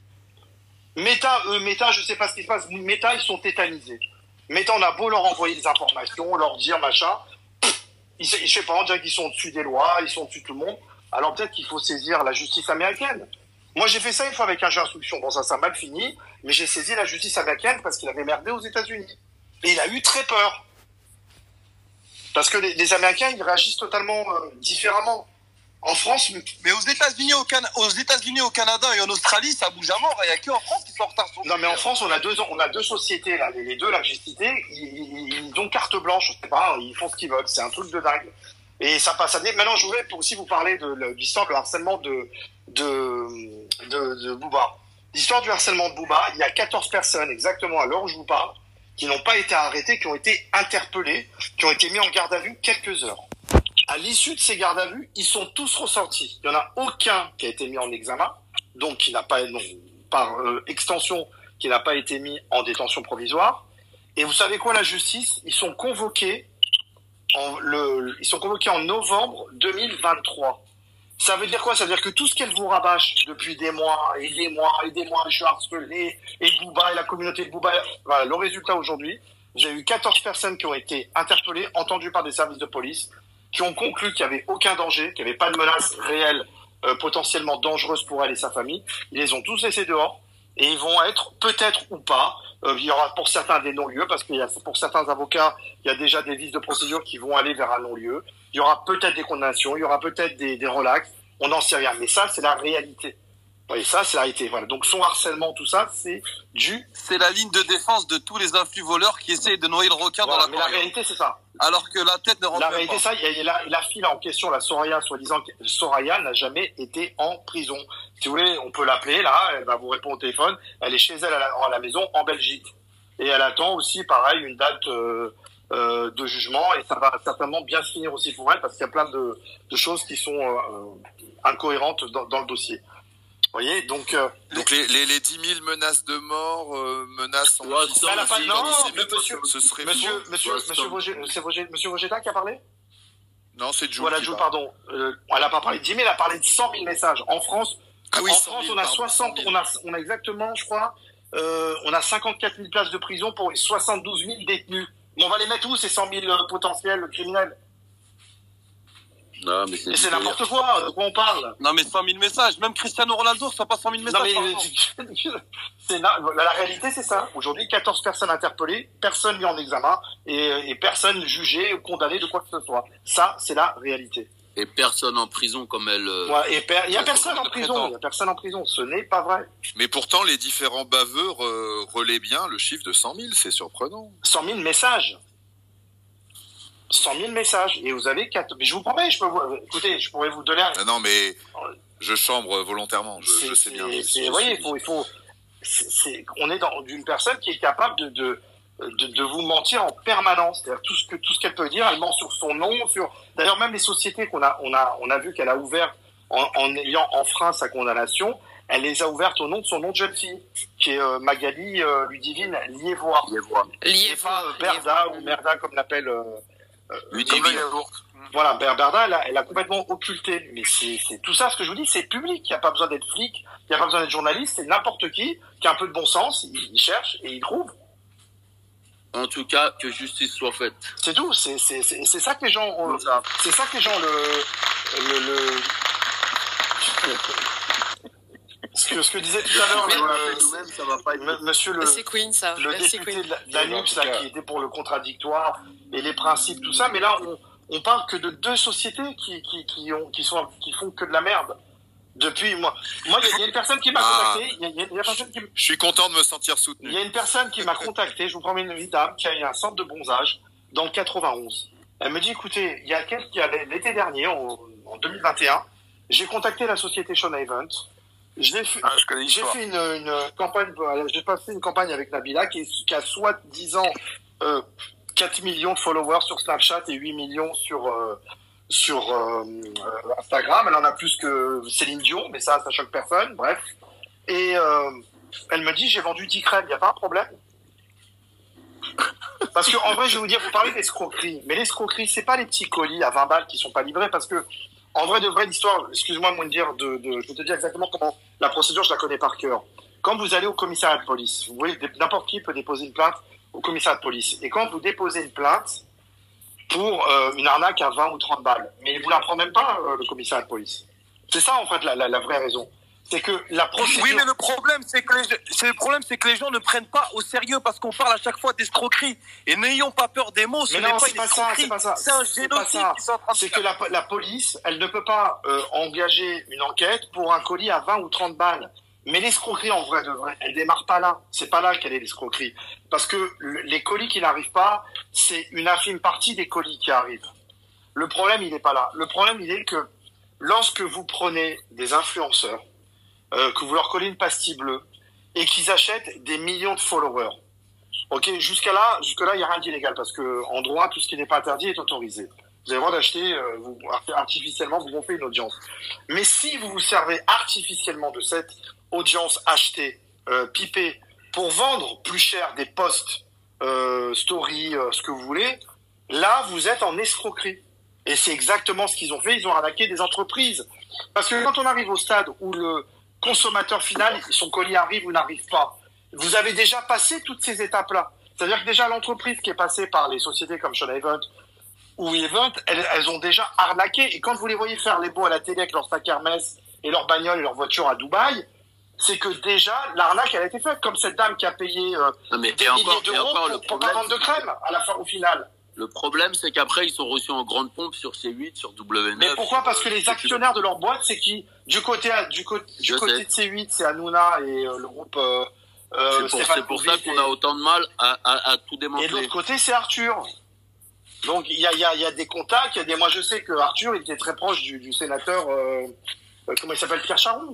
Meta, eux, Meta, je ne sais pas ce qui se passe. Meta, ils sont tétanisés. Meta, on a beau leur envoyer des informations, leur dire machin. Pff, ils, je sais pas, on dirait qu'ils sont au-dessus des lois, ils sont au-dessus de tout le monde. Alors peut-être qu'il faut saisir la justice américaine. Moi, j'ai fait ça une fois avec un juge d'instruction. Bon, ça, ça a mal fini. Mais j'ai saisi la justice américaine parce qu'il avait merdé aux États-Unis. Et il a eu très peur. Parce que les, les Américains, ils réagissent totalement euh, différemment. En France, mais aux États-Unis, au, Can- aux États-Unis, au Canada et en Australie, ça bouge à mort. Il n'y a que en France qui sont en retard. Non, mais en France, on a deux, on a deux sociétés là, les, les deux là que j'ai citées, ils, ils, ils ont carte blanche, je sais pas, ils font ce qu'ils veulent. C'est un truc de dingue. Et ça passe à des. Maintenant, je voudrais aussi vous parler de, de l'histoire du harcèlement de de de, de Booba. L'histoire du harcèlement de Booba, il y a quatorze personnes exactement à l'heure où je vous parle, qui n'ont pas été arrêtés, qui ont été interpellés, qui ont été mis en garde à vue quelques heures. À l'issue de ces gardes à vue, ils sont tous ressortis. Il n'y en a aucun qui a été mis en examen, donc qui n'a pas, non, par euh, extension, qui n'a pas été mis en détention provisoire. Et vous savez quoi, la justice, ils sont convoqués en, le, ils sont convoqués en novembre deux mille vingt-trois. Ça veut dire quoi? Ça veut dire que tout ce qu'elle vous rabâche depuis des mois et des mois et des mois, je suis harcelé, et Booba et la communauté de Booba, voilà, le résultat aujourd'hui, j'ai eu quatorze personnes qui ont été interpellées, entendues par des services de police, qui ont conclu qu'il n'y avait aucun danger, qu'il n'y avait pas de menace réelle, euh, potentiellement dangereuse pour elle et sa famille. Ils les ont tous laissés dehors, et ils vont être, peut-être ou pas, euh, il y aura pour certains des non-lieux, parce qu'il y a pour certains avocats, il y a déjà des vices de procédure qui vont aller vers un non-lieu. Il y aura peut-être des condamnations, il y aura peut-être des, des relax, on n'en sait rien. Mais ça, c'est la réalité. Oui, ça, c'est la réalité. Voilà. Donc, son harcèlement, tout ça, c'est dû... C'est la ligne de défense de tous les influx voleurs qui essayent de noyer le requin voilà, dans la mais la réalité, c'est ça. Alors que la tête ne rentre pas. La réalité, ça, il y a la, la fille là, en question, la Soraya, soi-disant, Soraya n'a jamais été en prison. Si vous voulez, on peut l'appeler, là, elle va vous répondre au téléphone. Elle est chez elle à la, à la maison, en Belgique. Et elle attend aussi, pareil, une date... Euh, Euh, de jugement, et ça va certainement bien se finir aussi pour elle parce qu'il y a plein de, de choses qui sont euh, incohérentes dans, dans le dossier. Vous voyez, donc euh, donc les, les, les dix mille menaces de mort, euh, menaces en ouais, elle a pas, non, monsieur, ce serait monsieur, faux. monsieur, monsieur, Vogé, c'est Vogé, monsieur Vogéta qui a parlé? Non, c'est Jules. Voilà, Jules, pardon. Euh, elle a pas parlé de dix mille, elle a parlé de cent mille messages. En France, ah oui, en France, on a soixante, on a, on a exactement, je crois, euh, on a cinquante-quatre mille places de prison pour soixante-douze mille détenus. Mais on va les mettre où, ces cent mille euh, potentiels criminels? Non, mais c'est, c'est n'importe quoi, de quoi on parle? Non, mais cent mille messages, même Cristiano Ronaldo reçoit pas cent mille messages. Non, mais c'est, la, la réalité, c'est ça. Aujourd'hui, quatorze personnes interpellées, personne mis en examen, et, et personne jugé ou condamné de quoi que ce soit. Ça, c'est la réalité. Et personne en prison comme elle. Euh, ouais, et per... il y a personne en prison. Il y a personne en prison. Ce n'est pas vrai. Mais pourtant, les différents baveux euh, relaient bien le chiffre de cent mille. C'est surprenant. cent mille messages. cent mille messages. Et vous avez quatre. Mais je vous promets, je peux vous. Écoutez, je pourrais vous donner. Un... Ah non, mais je chambre volontairement. Je, je sais bien. Vous voyez, il faut, il faut. C'est, c'est... On est dans une personne qui est capable de, de de, de vous mentir en permanence. C'est-à-dire tout ce que tout ce qu'elle peut dire, elle ment sur son nom, sur. D'ailleurs, même les sociétés qu'on a, on a, on a vu qu'elle a ouvertes en, en ayant enfreint sa condamnation, elle les a ouvertes au nom de son nom de jeune fille, qui est euh, Magali euh, Ludivine Liévois. Liévois. C'est pas euh, Berda ou Merda comme l'appelle. Euh, euh, Ludivine. Voilà, Berda, elle a, elle a complètement occulté. Mais c'est, c'est tout ça, ce que je vous dis, c'est public. Il n'y a pas besoin d'être flic, il n'y a pas besoin d'être journaliste. C'est n'importe qui qui a un peu de bon sens, il, il cherche et il trouve. En tout cas, que justice soit faite. C'est tout. C'est, c'est, c'est, c'est ça que les gens ont. C'est ça que les gens le. le, le... Ce que, ce que disait tout à l'heure, le, ça va pas être... monsieur le, c'est Queen, ça. le C'est député Queen. de la, de la NUPS, là, qui était pour le contradictoire et les principes, tout ça, mais là, on, on parle que de deux sociétés qui, qui, qui, ont, qui, sont, qui font que de la merde. Depuis, moi, moi, il y, y a une personne qui m'a Ah. contacté, il y a, il y a une personne qui m- Je suis content de me sentir soutenu. il y a une personne qui m'a contacté, je vous promets une dame, qui a eu un centre de bronzage dans le quatre-vingt-onze. Elle me dit, écoutez, il y a quelques, il y a l'été dernier, en, en deux mille vingt et un, j'ai contacté la société Sean Event. J'ai fait, Ah, je connais j'ai l'histoire. fait une, une campagne, j'ai passé une campagne avec Nabila qui, est- qui a soi-disant euh, quatre millions de followers sur Snapchat et huit millions sur euh, sur euh, euh, Instagram. Elle en a plus que Céline Dion, mais ça, ça choque personne. Bref. Et euh, elle me dit, j'ai vendu dix crèmes, il n'y a pas un problème. Parce que en vrai, je vais vous dire, vous parlez d'escroquerie, mais l'escroquerie, c'est pas les petits colis à vingt balles qui sont pas livrés, parce que en vrai de vrai, l'histoire, excuse-moi de dire, de, de, je vais te dire exactement comment la procédure, je la connais par cœur. Quand vous allez au commissariat de police, vous voyez, n'importe qui peut déposer une plainte au commissariat de police. Et quand vous déposez une plainte pour euh, une arnaque à vingt ou trente balles, mais vous la prend même pas, euh, le commissariat de police. C'est ça, en fait, la, la, la vraie raison. C'est que la procédure... Oui, mais le problème, c'est que, les, c'est le problème, c'est que les gens ne prennent pas au sérieux parce qu'on parle à chaque fois d'escroquerie. Et n'ayons pas peur des mots, ce Mais n'est non, pas c'est une pas ça, escroquerie. c'est pas ça. C'est un C'est pas génocide ça. qui sont en train de C'est faire. que la, la police, elle ne peut pas euh, engager une enquête pour un colis à vingt ou trente balles. Mais l'escroquerie, en vrai de vrai, elle démarre pas là. C'est pas là qu'elle est l'escroquerie. Parce que le- les colis qui n'arrivent pas, c'est une infime partie des colis qui arrivent. Le problème, il n'est pas là. Le problème, il est que lorsque vous prenez des influenceurs, euh, que vous leur collez une pastille bleue, et qu'ils achètent des millions de followers, ok, jusqu'à là, jusque là, il n'y a rien d'illégal, parce que en droit, tout ce qui n'est pas interdit est autorisé. Vous avez le droit d'acheter, euh, vous, artificiellement, vous gonflez une audience. Mais si vous vous servez artificiellement de cette audience achetée, euh, pipée, pour vendre plus cher des posts, euh, story, euh, ce que vous voulez, là, vous êtes en escroquerie. Et c'est exactement ce qu'ils ont fait, ils ont arnaqué des entreprises. Parce que quand on arrive au stade où le consommateur final, son colis arrive ou n'arrive pas, vous avez déjà passé toutes ces étapes-là. C'est-à-dire que déjà l'entreprise qui est passée par les sociétés comme Sean Event ou Event, elles, elles ont déjà arnaqué. Et quand vous les voyez faire les beaux à la télé avec leur sac Hermès et leur bagnole et leur voiture à Dubaï, c'est que déjà l'arnaque elle a été faite. Comme cette dame qui a payé euh, Non, mais des et milliers encore- et d'euros encore, le pour, pour pas problème, vendre de crème à la fin au final. Le problème, c'est qu'après, ils sont reçus en grande pompe sur C huit, sur W neuf. Mais pourquoi? sur, Parce que euh, les sur- actionnaires de leur boîte, c'est qui? Du côté, du, co- du Je côté sais. de C huit, c'est Hanouna et euh, le groupe. Euh, euh, C'est pour, Stéphane c'est pour ça Kovic qu'on et- a autant de mal à, à, à tout Et de démanteler. l'autre côté, c'est Arthur. Donc il y a, il y, a, il y a des contacts. Il y a des. Moi, je sais que Arthur, il était très proche du, du sénateur. Euh, euh, comment il s'appelle, Pierre Charon.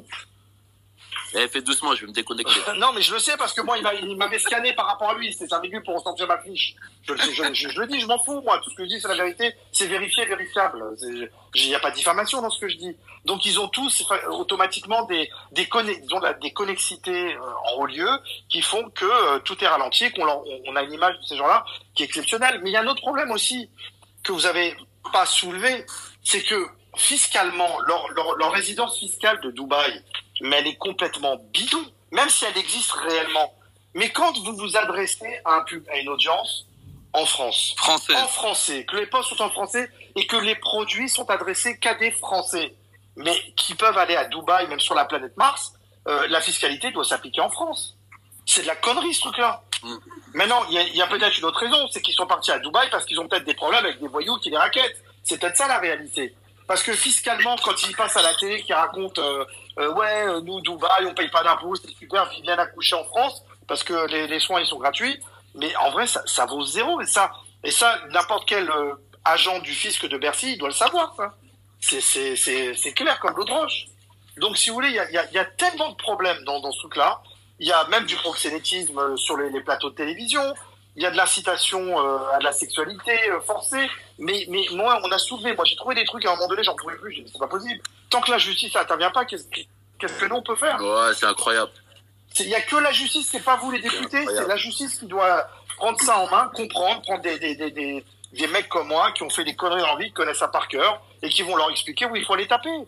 Eh, fais doucement, je vais me déconnecter. Non, mais je le sais parce que moi, il m'a- il m'avait scanné par rapport à lui. C'était sa virgule pour ressortir ma fiche. Je, le sais, je, je, je le dis, je m'en fous, moi. Tout ce que je dis, c'est la vérité. C'est vérifié, vérifiable. C'est- Il n'y a pas de diffamation dans ce que je dis. Donc, ils ont tous enfin, automatiquement des, des, conne- ils ont la- des connexités euh, en haut lieu qui font que euh, tout est ralenti, qu'on leur- on, on a une image de ces gens-là qui est exceptionnelle. Mais il y a un autre problème aussi que vous avez pas soulevé, c'est que fiscalement, leur, leur, leur résidence fiscale de Dubaï, mais elle est complètement bidon, même si elle existe réellement. Mais quand vous vous adressez à, un pub, à une audience en France, Français. en français, que les postes sont en français et que les produits sont adressés qu'à des Français, mais qui peuvent aller à Dubaï, même sur la planète Mars, euh, la fiscalité doit s'appliquer en France. C'est de la connerie, ce truc-là. Mm. Maintenant, il y a, il y a peut-être une autre raison, c'est qu'ils sont partis à Dubaï parce qu'ils ont peut-être des problèmes avec des voyous qui les raquettent. C'est peut-être ça la réalité. Parce que fiscalement, quand ils passent à la télé, qui racontent euh, euh, ouais, euh, nous Dubaï, on paye pas d'impôts, c'est super, ils viennent accoucher en France parce que les, les soins ils sont gratuits. Mais en vrai, ça, ça vaut zéro. Et ça, et ça, n'importe quel euh, agent du fisc de Bercy, il doit le savoir. Ça, c'est c'est c'est c'est clair comme l'eau de roche. Donc, si vous voulez, il y a il y a, il y a tellement de problèmes dans dans ce truc-là. Il y a même du proxénétisme sur les, les plateaux de télévision. il y a de l'incitation euh, à de la sexualité euh, forcée. Mais, mais moi, on a soulevé. Moi, j'ai trouvé des trucs à un moment donné, j'en pouvais plus. J'ai dit, c'est pas possible. Tant que la justice n'intervient pas, qu'est-ce, qu'est-ce que nous on peut faire? Ouais, c'est incroyable. Il y a que la justice, c'est pas vous les députés, c'est, c'est la justice qui doit prendre ça en main, comprendre, prendre des, des, des, des, des mecs comme moi qui ont fait des conneries dans la vie, qui connaissent ça par cœur et qui vont leur expliquer où il faut les taper.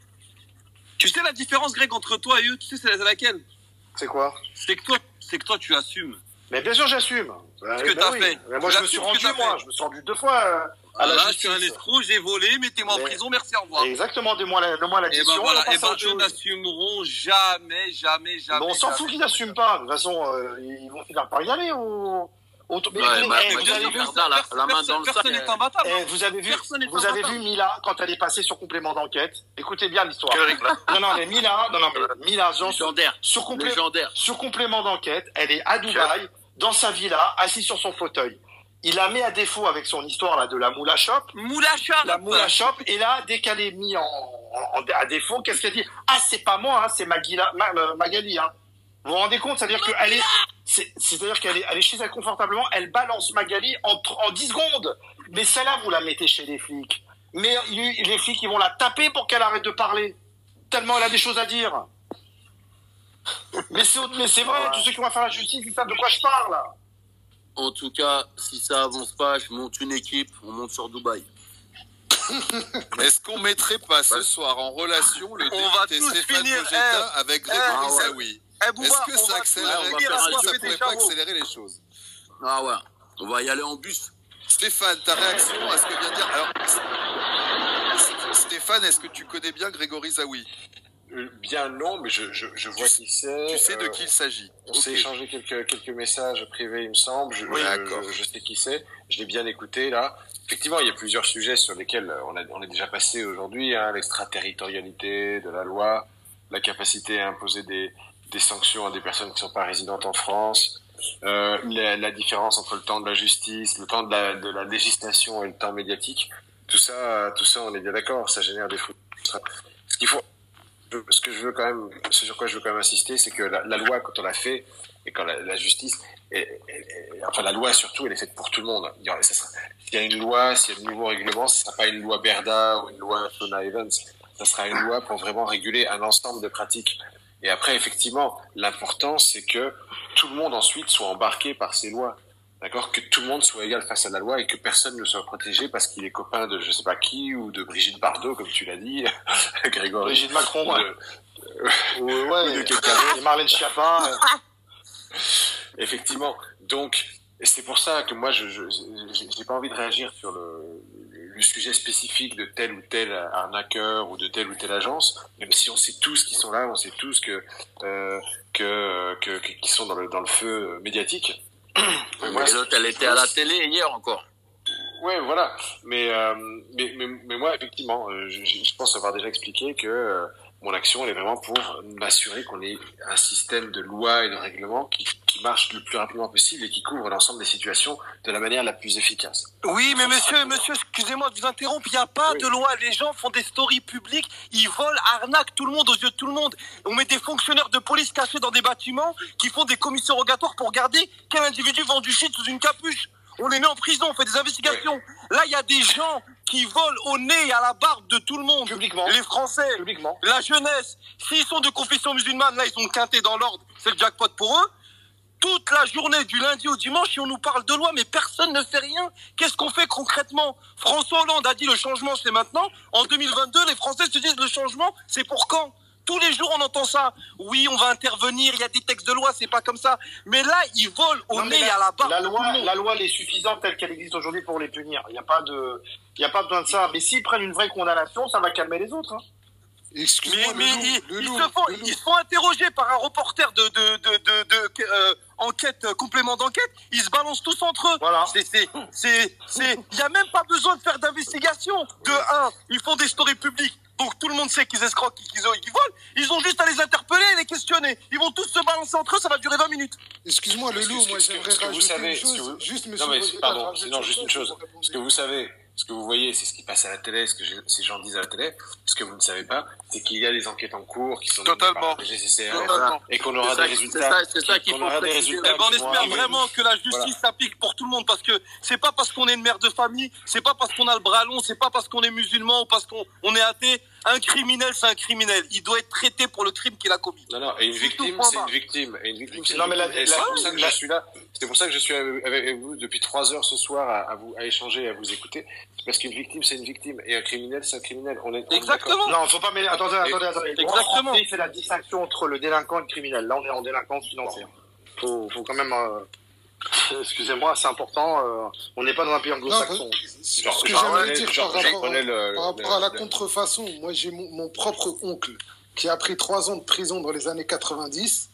Tu sais la différence, Greg, entre toi et eux, tu sais c'est laquelle? C'est quoi? C'est que toi, c'est que toi tu assumes. Mais bien sûr j'assume. Ce que ben t'as oui. fait. Mais moi je me suis rendu, moi, je me suis rendu deux fois euh, à la là, justice. je suis un escroc, j'ai volé, mettez-moi Mais... en prison, merci, au revoir. Exactement, donne-moi la, donne-moi la Et ben voilà, et ben eux n'assumeront jamais, jamais, jamais. Bon, on s'en fout qu'ils n'assument pas. De toute façon, euh, ils vont finir par y aller au. au... Mais, ouais, mais, bah, hey, vous avez vu la, la, la main dans le sac. Personne n'est imbattable. Eh, vous avez vu, vous avez vu Mila quand elle est passée sur complément d'enquête. Écoutez bien l'histoire. Non, non, mais Mila, non, non, mais Mila, genre, légendaire. Sur, complé... légendaire. sur complément d'enquête, elle est à Dubaï, dans sa villa, assise sur son fauteuil. Il la met à défaut avec son histoire là de la moula shop. Moula shop. La moula shop. Et là, dès qu'elle est mise en, en, en, à défaut, qu'est-ce qu'elle dit? Ah, c'est pas moi, hein, c'est Maguila, Ma, euh, Magali. Hein. Vous vous rendez compte? C'est-à-dire qu'elle est, c'est, c'est-à-dire qu'elle est, elle est chez elle confortablement. Elle balance Magali en, en dix secondes. Mais celle-là, vous la mettez chez les flics. Mais les flics, ils vont la taper pour qu'elle arrête de parler. Tellement elle a des choses à dire. mais c'est, mais c'est vrai. Ouais. Tous ceux qui vont faire la justice, ils savent de quoi je parle. Là. En tout cas, si ça avance pas, je monte une équipe, on monte sur Dubaï. Est-ce qu'on mettrait pas ce soir en relation le député Stéphane Bojetta eh, avec Grégory eh, Zaoui? eh, Est-ce que ça, accélérerait, ouais, est-ce que ça pourrait pas accélérer les choses? Ah ouais, on va y aller en bus. Stéphane, ta réaction à ce que vient de dire... Alors, Stéphane, est-ce que tu connais bien Grégory Zaoui? Euh, bien non, mais je, je, je vois qui c'est. Tu sais de euh, qui il s'agit? On okay. s'est échangé quelques, quelques messages privés, il me semble. Je, oui, je, je, je sais qui c'est. Je l'ai bien écouté, là. Effectivement, il y a plusieurs sujets sur lesquels on, a, on est déjà passé aujourd'hui. Hein, l'extraterritorialité de la loi, la capacité à imposer des, des sanctions à des personnes qui ne sont pas résidentes en France, euh, la, la différence entre le temps de la justice, le temps de la, de la législation et le temps médiatique. Tout ça, tout ça, on est bien d'accord. Ça génère des frustrations. Ce qu'il faut... Ce que je veux quand même, ce sur quoi je veux quand même insister, c'est que la, la loi, quand on l'a fait, et quand la, la justice, et, et, et, enfin la loi surtout, elle est faite pour tout le monde. Il y a, ça sera, s'il y a une loi, s'il y a de nouveaux règlements, ce ne sera pas une loi Berda ou une loi Sona Evans. Ça sera une loi pour vraiment réguler un ensemble de pratiques. Et après, effectivement, l'important, c'est que tout le monde ensuite soit embarqué par ces lois. D'accord, que tout le monde soit égal face à la loi et que personne ne soit protégé parce qu'il est copain de je sais pas qui ou de Brigitte Bardot, comme tu l'as dit, Grégory. Brigitte Macron, ouais. De, ouais, ouais, ou de quelqu'un d'autre, Marlène Schiappa. Euh. Effectivement. Donc, et c'est pour ça que moi, je, je, j'ai pas envie de réagir sur le, le sujet spécifique de tel ou tel arnaqueur ou de telle ou telle agence, même si on sait tous qui sont là, on sait tous que, euh, que, que, que, qui sont dans le, dans le feu médiatique. Mais moi, l'autre, elle était à la télé hier encore. Ouais, voilà. Mais, euh, mais, mais, mais moi, effectivement, euh, je, je pense avoir déjà expliqué que euh, mon action, elle est vraiment pour m'assurer qu'on ait un système de lois et de règlements qui, qui marche le plus rapidement possible et qui couvre l'ensemble des situations de la manière la plus efficace. Oui, mais monsieur, monsieur, excusez-moi de vous interrompre, il n'y a pas oui. de loi. Les gens font des stories publiques, ils volent, arnaquent tout le monde aux yeux de tout le monde. On met des fonctionnaires de police cachés dans des bâtiments qui font des commissions rogatoires pour regarder quel individu vend du shit sous une capuche. On les met en prison, on fait des investigations. Oui. Là, il y a des gens qui volent au nez et à la barbe de tout le monde. Publiquement. Les Français. Publiquement. La jeunesse. S'ils sont de confession musulmane, là, ils sont quintés dans l'ordre. C'est le jackpot pour eux. Toute la journée, du lundi au dimanche, on nous parle de loi, mais personne ne fait rien. Qu'est-ce qu'on fait concrètement? François Hollande a dit le changement, c'est maintenant. En deux mille vingt-deux, les Français se disent le changement, c'est pour quand? Tous les jours, on entend ça. Oui, on va intervenir, il y a des textes de loi, c'est pas comme ça. Mais là, ils volent au non, nez et à la barbe. La loi, la loi, elle est suffisante telle qu'elle existe aujourd'hui pour les punir. Il n'y a pas de, il y a pas besoin de ça. Mais s'ils prennent une vraie condamnation, ça va calmer les autres. Hein. Excuse-moi, mais, mais ils, ils, se font, ils se font interroger par un reporter de, de, de, de, de euh, enquête, euh, complément d'enquête. Ils se balancent tous entre eux. Voilà. C'est, c'est, c'est, c'est, il y a même pas besoin de faire d'investigation. De un, ils font des stories publiques. Donc tout le monde sait qu'ils escroquent, qu'ils, qu'ils, qu'ils volent. Ils ont juste à les interpeller et les questionner. Ils vont tous se balancer entre eux, ça va durer vingt minutes. Excuse-moi, le loup, moi j'aimerais rajouter une chose. Vous... Juste, monsieur. Non, mais pardon, non, juste une chose. Est-ce que vous savez ce que vous voyez, c'est ce qui passe à la télé, ce que je- ces gens disent à la télé. Ce que vous ne savez pas, c'est qu'il y a des enquêtes en cours qui sont Totalement. G C C R F, Totalement. et qu'on aura C'est ça- des résultats. c'est ça- c'est ça qu'il qu'on faut aura des préciser. résultats Eh ben, on qui vont espère arriver. vraiment que la justice Voilà. s'applique pour tout le monde, parce que c'est pas parce qu'on est une mère de famille, c'est pas parce qu'on a le bras long, c'est pas parce qu'on est musulman ou parce qu'on on est athée. Un criminel, c'est un criminel. Il doit être traité pour le crime qu'il a commis. Non, non, et une victime, point c'est une barre. victime. Et une victime, c'est Non, une mais la- victime. Et la- c'est pour ça que la- je suis là. C'est pour ça que je suis avec avec vous depuis trois heures ce soir à, à vous, à échanger et à vous écouter. C'est parce qu'une victime, c'est une victime. Et un criminel, c'est un criminel. On est, on est Exactement. d'accord. Non, faut pas mêler. Attendez, attendez, attendez. Le droit Exactement. français fait la distinction entre le délinquant et le criminel. Là, on est en délinquance financière. Faut, faut quand même. euh, Excusez-moi, c'est important. euh, on n'est pas dans un pays anglo-saxon. Ce Genre, que genre, j'aimerais ouais, dire genre, par je rapport, connais le- par rapport le- à la le- contrefaçon, moi j'ai mon, mon propre oncle qui a pris trois ans de prison dans les années quatre-vingt-dix.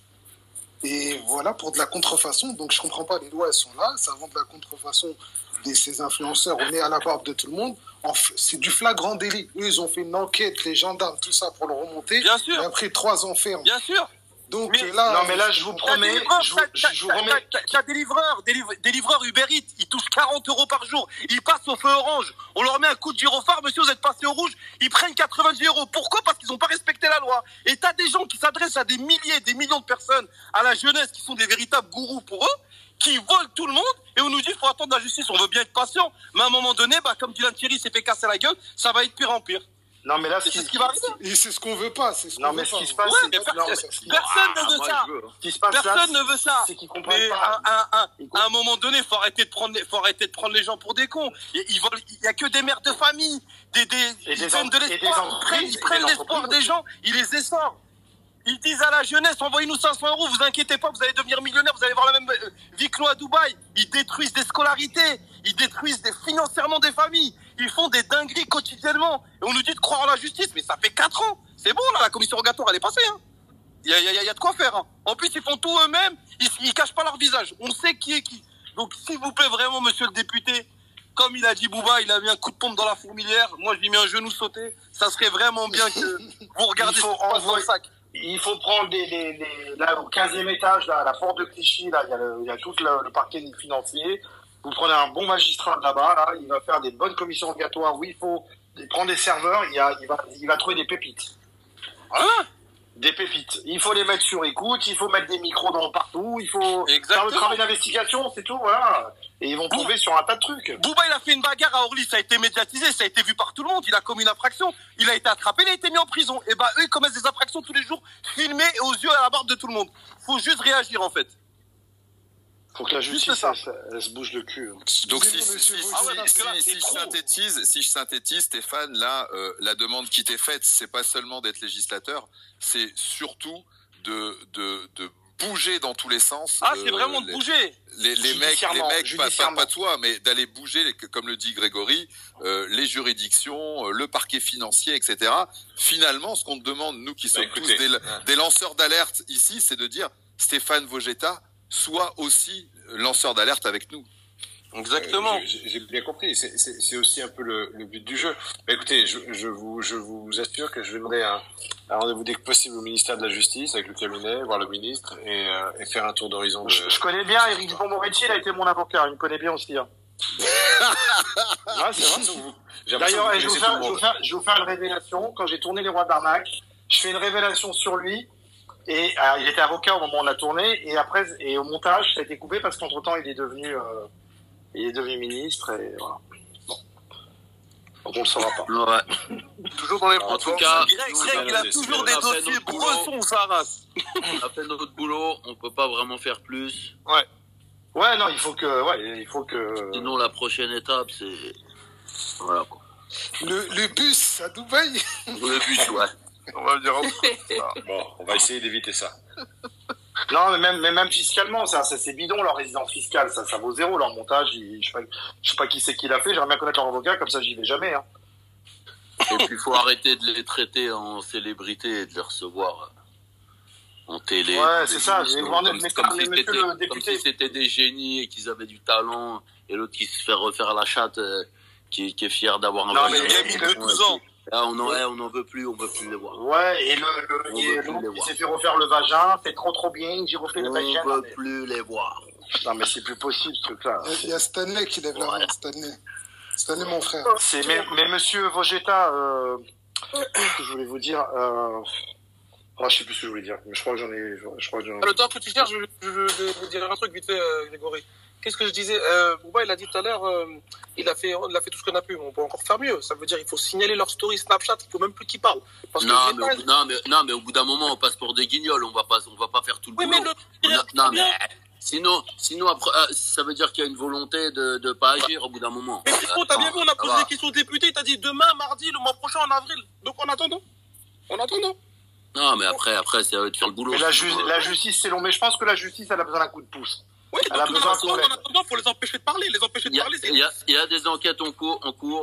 Et voilà, pour de la contrefaçon. Donc je comprends pas, les lois elles sont là, ça vend de la contrefaçon de ces influenceurs, on est à la barbe de tout le monde. En f- C'est du flagrant délit. Eux, ils ont fait une enquête, les gendarmes, tout ça pour le remonter. Bien sûr. Et après trois ans ferme. Bien sûr. Donc Mais- là, Non, mais là, je vous T'as promets, des livreurs, je vous, t'as- t'as- je vous t'as- remets. t'as- t'as des livreurs, des, liv- des livreurs Uber Eats, ils touchent quarante euros par jour. Ils passent au feu orange. On leur met un coup de gyrophare, monsieur, vous êtes passé au rouge. Ils prennent quatre-vingt-dix euros. Pourquoi? Parce qu'ils n'ont pas respecté la loi. Et t'as des gens qui s'adressent à des milliers, des millions de personnes, à la jeunesse, qui sont des véritables gourous pour eux, qui volent tout le monde. Et on nous dit, faut attendre la justice. On veut bien être patient. Mais à un moment donné, bah, comme Dylan Thierry s'est fait casser la gueule, ça va être pire en pire. Non, mais là, C'est ce qui va arriver. Et c'est ce qu'on veut pas. C'est ce Non, qu'on mais veut ce pas. qui se passe, Ouais, c'est mais que- per- non, personne c'est- ne Ah, veut moi, ça. je veux. Ce qui se passe là, Personne ne veut ça. c'est qu'ils comprennent Mais pas. à, à- à- à un moment donné, faut arrêter de prendre, les, faut arrêter de prendre les gens pour des cons. Ils, ils volent- il y a que des mères de famille, des, des, Et ils des donnent de en- et des l'espoir. Ils entreprises, prennent, et ils des prennent l'espoir entreprises des aussi. gens, ils les essorent. Ils disent à la jeunesse, envoyez-nous cinq cents euros, vous inquiétez pas, vous allez devenir millionnaire, vous allez avoir la même euh, vie que nous à Dubaï. Ils détruisent des scolarités, ils détruisent des, financièrement des familles, ils font des dingueries quotidiennement. Et on nous dit de croire en la justice, mais ça fait quatre ans. C'est bon, là, la commission rogatoire, elle est passée. Hein. Il y a, il y a- il y a de quoi faire. Hein. En plus, ils font tout eux-mêmes, ils, ils cachent pas leur visage. On sait qui est qui. Donc, s'il vous plaît, vraiment, monsieur le député, comme il a dit Bouba, il a mis un coup de pompe dans la fourmilière. Moi, je lui mets un genou sauté. Ça serait vraiment bien que vous regardez Il ce faut qui se passe dans le envoyer- sac. Il faut prendre des, des, des- là, au quinzième étage, là, à la porte de Clichy, là, il y a, le, il y a tout le, le parquet financier. Vous prenez un bon magistrat de là-bas, là, il va faire des bonnes commissions rogatoires où il faut prendre des serveurs, il, y a, il, va, il va trouver des pépites. Hein? Des pépites. Il faut les mettre sur écoute, il faut mettre des micros dans partout, il faut faire Exactement. le travail d'investigation, c'est tout, voilà. Et ils vont tomber sur un tas de trucs. Bouba, il a fait une bagarre à Orly, ça a été médiatisé, ça a été vu par tout le monde. Il a commis une infraction, il a été attrapé, il a été mis en prison. Et bah, eux, ils commettent des infractions tous les jours, filmés et aux yeux et à la barbe de tout le monde. Faut juste réagir, en fait. Faut que la Juste justice, ça. elle, se- elle se bouge le cul. Donc si, Excusez-moi, si, monsieur, si- Ah ouais, parce que là, si- c'est si je trop. synthétise, si je synthétise, Stéphane, là, euh, la demande qui t'est faite, c'est pas seulement d'être législateur, c'est surtout de, de, de bouger dans tous les sens. Ah, euh, c'est vraiment de les- bouger. Les, les mecs, les Judiciairement, mecs, pas, pas, judiciairement. pas toi, mais d'aller bouger, les- comme le dit Grégory, euh, les juridictions, euh, le parquet financier, et cetera. Finalement, ce qu'on te demande, nous qui sommes écoutez, tous des, ouais. des lanceurs d'alerte ici, c'est de dire Stéphane Vogetta soit aussi lanceur d'alerte avec nous. Exactement. Euh, j'ai- J'ai bien compris. C'est- C'est c'est aussi un peu le, le but du jeu. Mais écoutez, je, je vous je vous assure que je vais demander un, un rendez-vous dès que possible au ministère de la Justice avec le cabinet, voir le ministre et, euh, et faire un tour d'horizon. De... Je, je connais bien Éric Dupond-Moretti, il a été mon avocat, il me connaît bien aussi. Hein. Ouais, c'est vrai. ça, vous- j'ai l'impression D'ailleurs, que et je, vous vais vous connaissez faire, tout le je, vais vous monde. faire, je vais vous faire une révélation. Quand j'ai tourné Les Rois d'Arnaque, je fais une révélation sur lui. Et euh, il était avocat au moment de la tournée. Et après, et au montage, ça a été coupé parce qu'entre temps, il est devenu, euh, il est devenu ministre. Et voilà. Bon. Donc on le saura pas. Ouais. Toujours dans les En tout cas, Greg, nous, Greg, on il a a- toujours on des a fait dossiers notre boulot. bressons, sa race. On a fait notre boulot, on peut pas vraiment faire plus. Ouais. Ouais, non, il faut que, ouais, il faut que. Sinon, la prochaine étape, c'est. Voilà quoi. Le, le bus à Dubaï. Le bus, ouais. On va le dire en Bon, on va essayer d'éviter ça. Non, mais même, mais même fiscalement, ça, ça c'est bidon leur résidence fiscale, ça, ça vaut zéro leur montage. il- je sais pas, je sais pas qui c'est qui l'a fait. J'aimerais bien connaître leur avocat, comme ça j'y vais jamais. Hein. Et puis, il faut arrêter de les traiter en célébrité et de les recevoir en télé. Ouais, dans c'est des ça, émissions, je vais demander- Comme, mais comme parlez, si monsieur c'était- le comme député. si c'était des génies et qu'ils avaient du talent. Et l'autre qui se fait refaire la chatte, euh, qui, qui est fier d'avoir un Non, vagin. mais il a mis de douze ans. Là, on en, eh, on en veut plus, on veut plus les voir. Ouais, et le, le, On et veut plus l'autre, les il voir. s'est fait refaire le vagin, c'est trop trop bien, j'ai refait le On vagin. veut mais- plus les voir. Non, mais c'est plus possible ce truc-là. Il y a Stanley qui lève la Ouais. main, Stanley. Salut mon frère. C'est, mais, mais monsieur Vogetta, euh, qu'est-ce que je voulais vous dire euh, oh, je sais plus ce que je voulais dire, mais je crois que j'en ai... Je crois que j'en ai... Le temps que tu cherches, je, je, je vais vous dire un truc vite fait, euh, Grégory. Qu'est-ce que je disais euh, Bouba, il a dit tout à l'heure, euh, il, a fait, il a fait tout ce qu'on a pu. On peut encore faire mieux. Ça veut dire qu'il faut signaler leur story Snapchat, il faut même plus qu'ils parlent. Parce non, que mais au, non, mais, non, mais au bout d'un moment, on passe pour des guignols. On va pas, on va pas faire tout le oui, boulot. Mais le... a, non, mais sinon, sinon après, ça veut dire qu'il y a une volonté de ne pas agir au bout d'un moment. Mais Pisco, t'as bien vu, on a posé des questions aux députés. T'as dit demain, mardi, le mois prochain, en avril. Donc en attendant. En attendant. Non, mais après, après, c'est à eux de faire le boulot. Mais la, ju la justice, c'est long. Mais je pense que la justice, elle a besoin d'un coup de pouce. Oui, donc en attendant, en attendant, faut les empêcher de parler. Les empêcher de il y a, parler, c'est... Il y a, il y a des enquêtes en cours. En cours.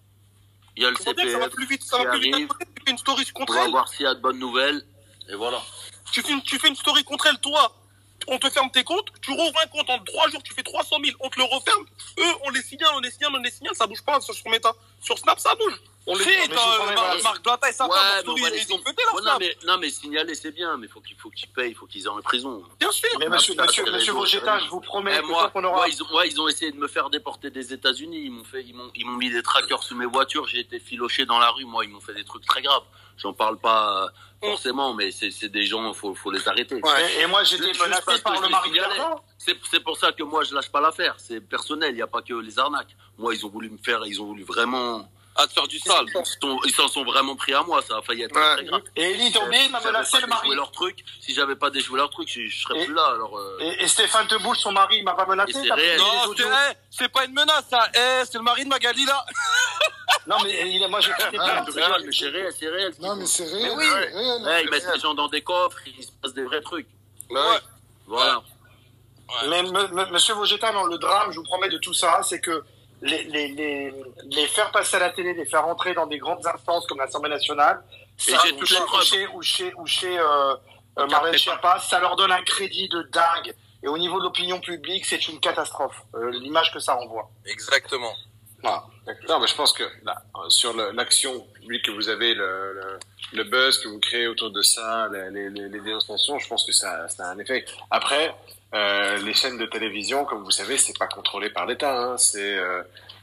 Il y a le C P F. Ça va plus vite, ça va plus vite. Tu fais une story contre elle. On elle. va voir s'il y a de bonnes nouvelles. Et voilà. Tu fais une, tu fais une story contre elle, toi. On te ferme tes comptes. Tu rouvres un compte en trois jours, tu fais trois cent mille. On te le referme. Eux, on les signale, on les signale, on les signale. Ça bouge pas sur, sur Meta. Sur Snap, ça bouge. On les fait, euh, Marc Blata et sa ouais, femme, story, ils ont pété leur ouais, non, mais, non, mais signaler, c'est bien, mais faut qu'il faut qu'ils payent, il faut qu'ils aient en prison. Bien sûr. Mais monsieur, monsieur, monsieur Vogetta, je vous promets eh, que moi, qu'on aura... moi, ils ont, moi, ils ont essayé de me faire déporter des États-Unis. Ils m'ont fait, ils m'ont, ils m'ont mis des trackers sur mes voitures. J'ai été filoché dans la rue. Moi, ils m'ont fait des trucs très graves. J'en parle pas forcément, mais c'est, c'est des gens, faut, faut les arrêter. Ouais. Et, et moi, j'ai été menacé par le mari de C'est, c'est pour ça que moi, je lâche pas l'affaire. C'est personnel. Il n'y a pas que les arnaques. Moi, ils ont voulu me faire, ils ont voulu vraiment. À te faire du sale. Ils s'en sont vraiment pris à moi, ça a failli être ouais. très grave. Et Elie Tombé m'a menacé le mari. Leur truc. Si j'avais pas déjoué leur truc, je, je serais et, plus là. Alors, euh... et, et Stéphane Tebouche, son mari, il m'a pas menacé. C'est réel. Non, c'est, hey, c'est pas une menace, ça. Hey, c'est le mari de Magali, là. Non, mais il, moi, j'ai fait des ah, mais c'est réel, c'est réel. Non, mais c'est réel. Mais oui. C'est réel ouais, ils mettent les gens dans des coffres, il se passe des vrais trucs. Ouais. Voilà. Ouais. Mais me, me, monsieur Vogetta, non, le drame, je vous promets de tout ça, c'est que Les, les, les, les faire passer à la télé, les faire rentrer dans des grandes instances comme l'Assemblée nationale, ça, ou, chez, ou chez, ou chez, ou chez euh, euh, Marlène Schiappa, ça leur donne un crédit de dingue. Et au niveau de l'opinion publique, c'est une catastrophe, euh, l'image que ça renvoie. Exactement. Voilà. Non, mais je pense que là, sur le, l'action publique que vous avez, le, le, le buzz que vous créez autour de ça, les, les, les dénonciations, je pense que ça, ça a un effet. Après, Euh, les chaînes de télévision, comme vous savez, c'est pas contrôlé par l'État. Hein. C'est euh,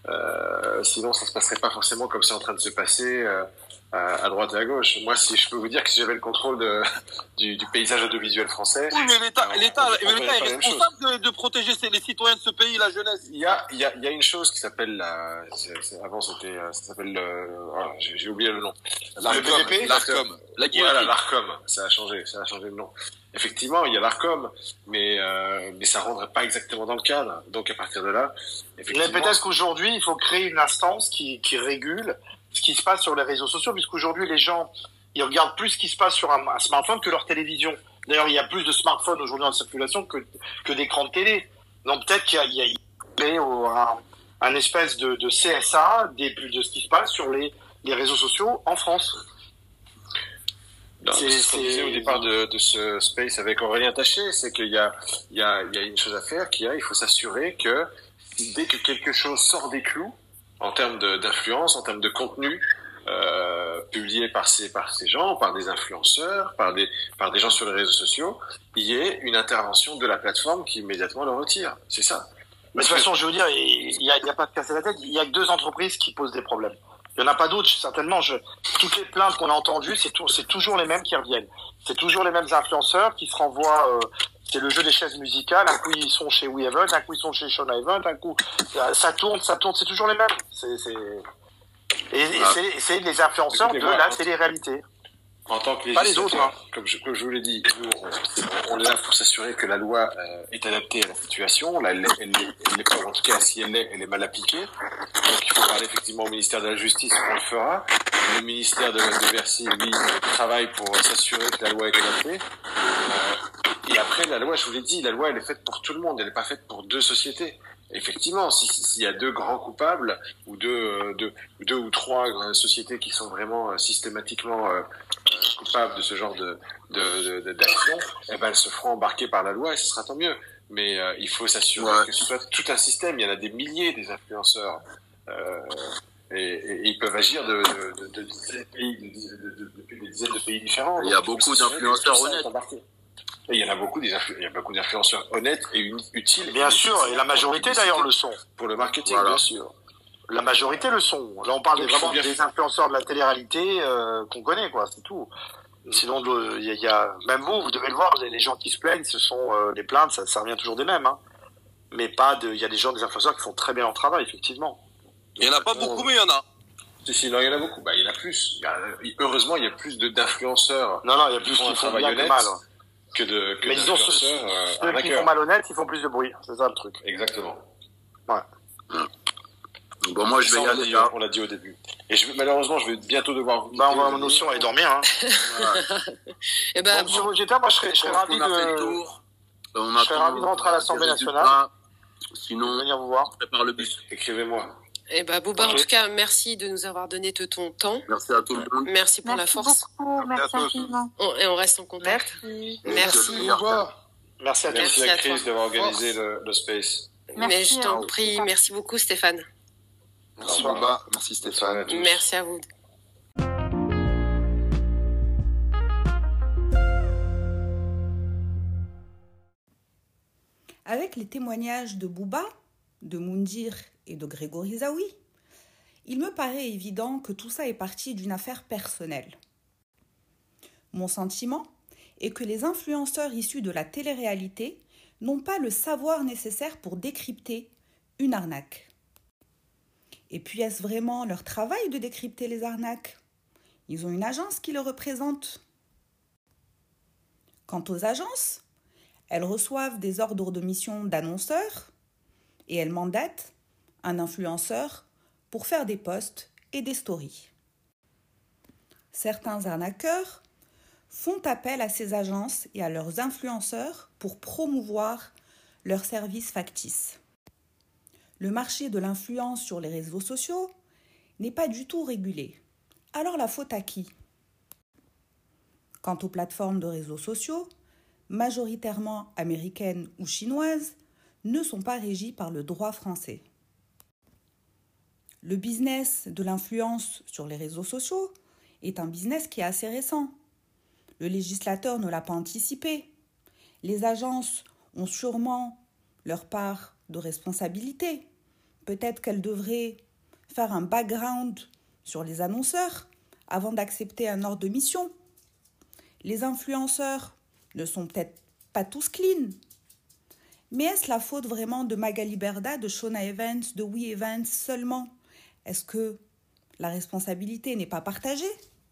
euh, sinon, ça se passerait pas forcément comme c'est en train de se passer euh, à, à droite et à gauche. Moi, si je peux vous dire que si j'avais le contrôle de, du, du paysage audiovisuel français, oui, mais l'État, l'État, l'État est responsable de, de protéger les citoyens de ce pays, la jeunesse. Il y a, il y a, il y a une chose qui s'appelle la. C'est, c'est, avant, c'était, ça s'appelle le. Oh, j'ai, j'ai oublié le nom. L'Arcom. L'Arcom. La voilà, l'Arcom. Ça a changé. Ça a changé le nom. Effectivement, il y a l'Arcom, mais euh, mais ça rendrait pas exactement dans le cadre. Donc à partir de là, effectivement. Mais peut-être qu'aujourd'hui, il faut créer une instance qui qui régule ce qui se passe sur les réseaux sociaux, puisqu'aujourd'hui les gens ils regardent plus ce qui se passe sur un, un smartphone que leur télévision. D'ailleurs, il y a plus de smartphones aujourd'hui en circulation que que d'écrans de télé. Donc peut-être qu'il y a, il y a, il y a un, un espèce de, de C S A des, de ce qui se passe sur les les réseaux sociaux en France. Non, c'est ce qu'on disait au départ de, de ce space avec Aurélien Taché, c'est qu'il y a, il y a, il y a une chose à faire, qu'il y a, il faut s'assurer que dès que quelque chose sort des clous, en termes de, d'influence, en termes de contenu, euh, publié par ces, par ces gens, par des influenceurs, par des, par des gens sur les réseaux sociaux, il y ait une intervention de la plateforme qui immédiatement le retire. C'est ça. Mais de toute façon, je veux dire, il y a, il y a pas de casser la tête, il y a que deux entreprises qui posent des problèmes. Il y en a pas d'autres, certainement. Je, toutes les plaintes qu'on a entendues, c'est, tout, c'est toujours les mêmes qui reviennent. C'est toujours les mêmes influenceurs qui se renvoient. Euh, c'est le jeu des chaises musicales. Un coup ils sont chez We Event, un coup ils sont chez Sean Event, un coup ça tourne, ça tourne. C'est toujours les mêmes. C'est, c'est... Et, et ah. c'est, c'est les influenceurs de la télé-réalité. En tant que législateur, hein. comme, je, comme je vous l'ai dit, nous, on, on est là pour s'assurer que la loi euh, est adaptée à la situation. Là, elle, elle, elle, elle est pas, en tout cas, si elle l'est, elle est mal appliquée. Donc, il faut parler effectivement au ministère de la Justice, on le fera. Le ministère de, de Bercy, lui, travaille pour s'assurer que la loi est adaptée. Euh, et après, la loi, je vous l'ai dit, la loi, elle est faite pour tout le monde. Elle n'est pas faite pour deux sociétés. Effectivement, s'il si, si y a deux grands coupables ou deux, deux, deux ou trois sociétés qui sont vraiment systématiquement euh, coupables de ce genre de, de, de d'action, eh ben elles se feront embarquer par la loi et ce sera tant mieux. Mais euh, il faut s'assurer ouais. que ce soit tout un système. Il y en a des milliers des influenceurs euh, et, et, et ils peuvent agir de, de, de, de dizaines de pays, de, de, de, depuis des dizaines de pays différents. Il y a beaucoup d'influenceurs honnêtes. Et il y en a beaucoup, des influ- il y a beaucoup d'influenceurs honnêtes et utiles. Bien sûr, et la majorité d'ailleurs le sont. Pour le marketing, voilà. bien sûr. La majorité le sont. Là, on parle Donc, des, vraiment faut bien des faire. influenceurs de la télé-réalité euh, qu'on connaît, quoi. C'est tout. Sinon, il y, a- y a même vous, vous devez le voir. Les gens qui se plaignent, ce sont euh, les plaintes. Ça, ça revient toujours des mêmes, hein. Mais pas de. Il y a des gens, des influenceurs qui font très bien leur travail, effectivement. Il y en a pas beaucoup, mais il y en a. Si, si, non, il y en a beaucoup. Bah, il y en a plus. Il y a- heureusement, il y a plus de- d'influenceurs. Non, non, il y a plus qui font un qui font travail bien que honnête mal, ouais. que de que Mais disons, ceux, d'influenceurs euh, ceux qui arnaqueurs. font malhonnête, ils font plus de bruit. C'est ça le truc. Exactement. Ouais. Bon, moi, je vais Ça, y on l'a aller, dit, là. On l'a dit au début. Et je, vais- malheureusement, je vais bientôt devoir vous Bah, on quitter, va les en amis. notion aller dormir, hein. Eh ben, Bon, monsieur Vogetta, moi, je serais, je serais Je pense ravi qu'on a fait le de. tour. On Je serais attend ravi de rentrer à l'Assemblée des nationale. résultats. Sinon, venir vous voir. on prépare le bus. Écrivez-moi. eh ben, Bouba, en Ok. tout cas, merci de nous avoir donné de ton temps. Merci à tout le monde. Merci pour la Merci force. beaucoup, merci à tous. infiniment. On- et on reste en contact. Merci. Merci. Le meilleur. Merci à tous. Merci, Merci à à Chris toi. d'avoir organisé le, le space. Mais Merci, je t'en hein. prie, merci beaucoup Stéphane. Merci Au revoir. Bouba, merci Bonne Stéphane. soirée à tous. Merci à vous. Avec les témoignages de Bouba, de Moundir et de Grégory Zaoui, il me paraît évident que tout ça est parti d'une affaire personnelle. Mon sentiment est que les influenceurs issus de la télé-réalité n'ont pas le savoir nécessaire pour décrypter une arnaque. Et puis est-ce vraiment leur travail de décrypter les arnaques ? Ils ont une agence qui le représente. Quant aux agences, elles reçoivent des ordres de mission d'annonceurs et elles mandatent un influenceur pour faire des posts et des stories. Certains arnaqueurs font appel à ces agences et à leurs influenceurs pour promouvoir leurs services factices. Le marché de l'influence sur les réseaux sociaux n'est pas du tout régulé. Alors la faute à qui ? Quant aux plateformes de réseaux sociaux, majoritairement américaines ou chinoises, ne sont pas régies par le droit français. Le business de l'influence sur les réseaux sociaux est un business qui est assez récent. Le législateur ne l'a pas anticipé. Les agences ont sûrement leur part de responsabilité. Peut-être qu'elles devraient faire un background sur les annonceurs avant d'accepter un ordre de mission. Les influenceurs ne sont peut-être pas tous clean. Mais est-ce la faute vraiment de Magali Berda, de Shona Evans, de Oui Evans seulement ? Est-ce que la responsabilité n'est pas partagée ?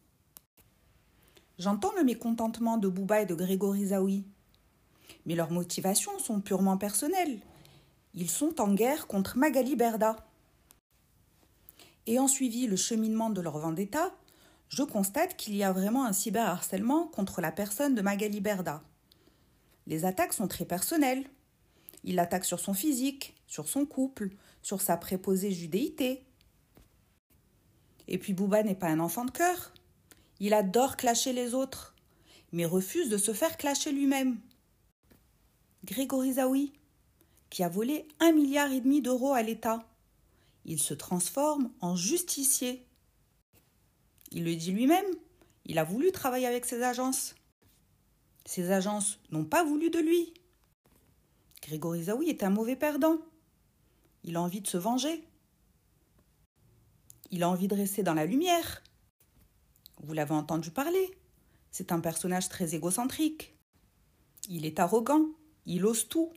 J'entends le mécontentement de Bouba et de Grégory Zaoui. Mais leurs motivations sont purement personnelles. Ils sont en guerre contre Magali Berda. Ayant suivi le cheminement de leur vendetta, je constate qu'il y a vraiment un cyberharcèlement contre la personne de Magali Berda. Les attaques sont très personnelles. Il l'attaque sur son physique, sur son couple, sur sa préposée judéité. Et puis Bouba n'est pas un enfant de cœur. Il adore clasher les autres, mais refuse de se faire clasher lui-même. Grégory Zaoui, qui a volé un milliard et demi d'euros à l'État, il se transforme en justicier. Il le dit lui-même, il a voulu travailler avec ces agences. Ces agences n'ont pas voulu de lui. Grégory Zaoui est un mauvais perdant. Il a envie de se venger. Il a envie de rester dans la lumière. Vous l'avez entendu parler. C'est un personnage très égocentrique. Il est arrogant. Il ose tout.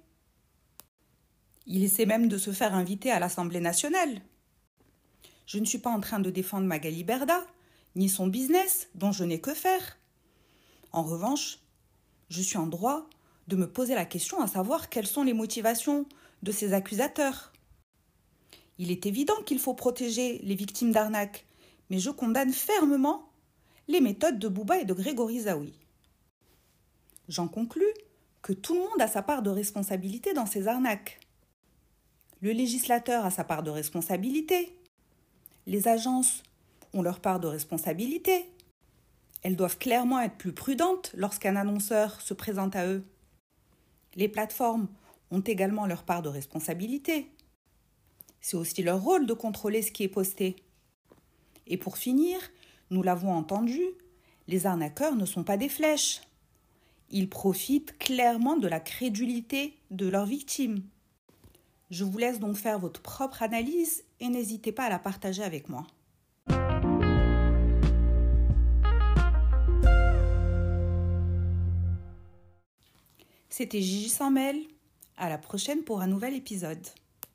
Il essaie même de se faire inviter à l'Assemblée nationale. Je ne suis pas en train de défendre Magali Berda, ni son business, dont je n'ai que faire. En revanche, je suis en droit de me poser la question à savoir quelles sont les motivations de ces accusateurs. Il est évident qu'il faut protéger les victimes d'arnaques, mais je condamne fermement les méthodes de Bouba et de Grégory Zaoui. J'en conclus que tout le monde a sa part de responsabilité dans ces arnaques. Le législateur a sa part de responsabilité. Les agences ont leur part de responsabilité. Elles doivent clairement être plus prudentes lorsqu'un annonceur se présente à eux. Les plateformes ont également leur part de responsabilité. C'est aussi leur rôle de contrôler ce qui est posté. Et pour finir, nous l'avons entendu, les arnaqueurs ne sont pas des flèches. Ils profitent clairement de la crédulité de leurs victimes. Je vous laisse donc faire votre propre analyse et n'hésitez pas à la partager avec moi. C'était Gigi s'en mêle. À la prochaine pour un nouvel épisode.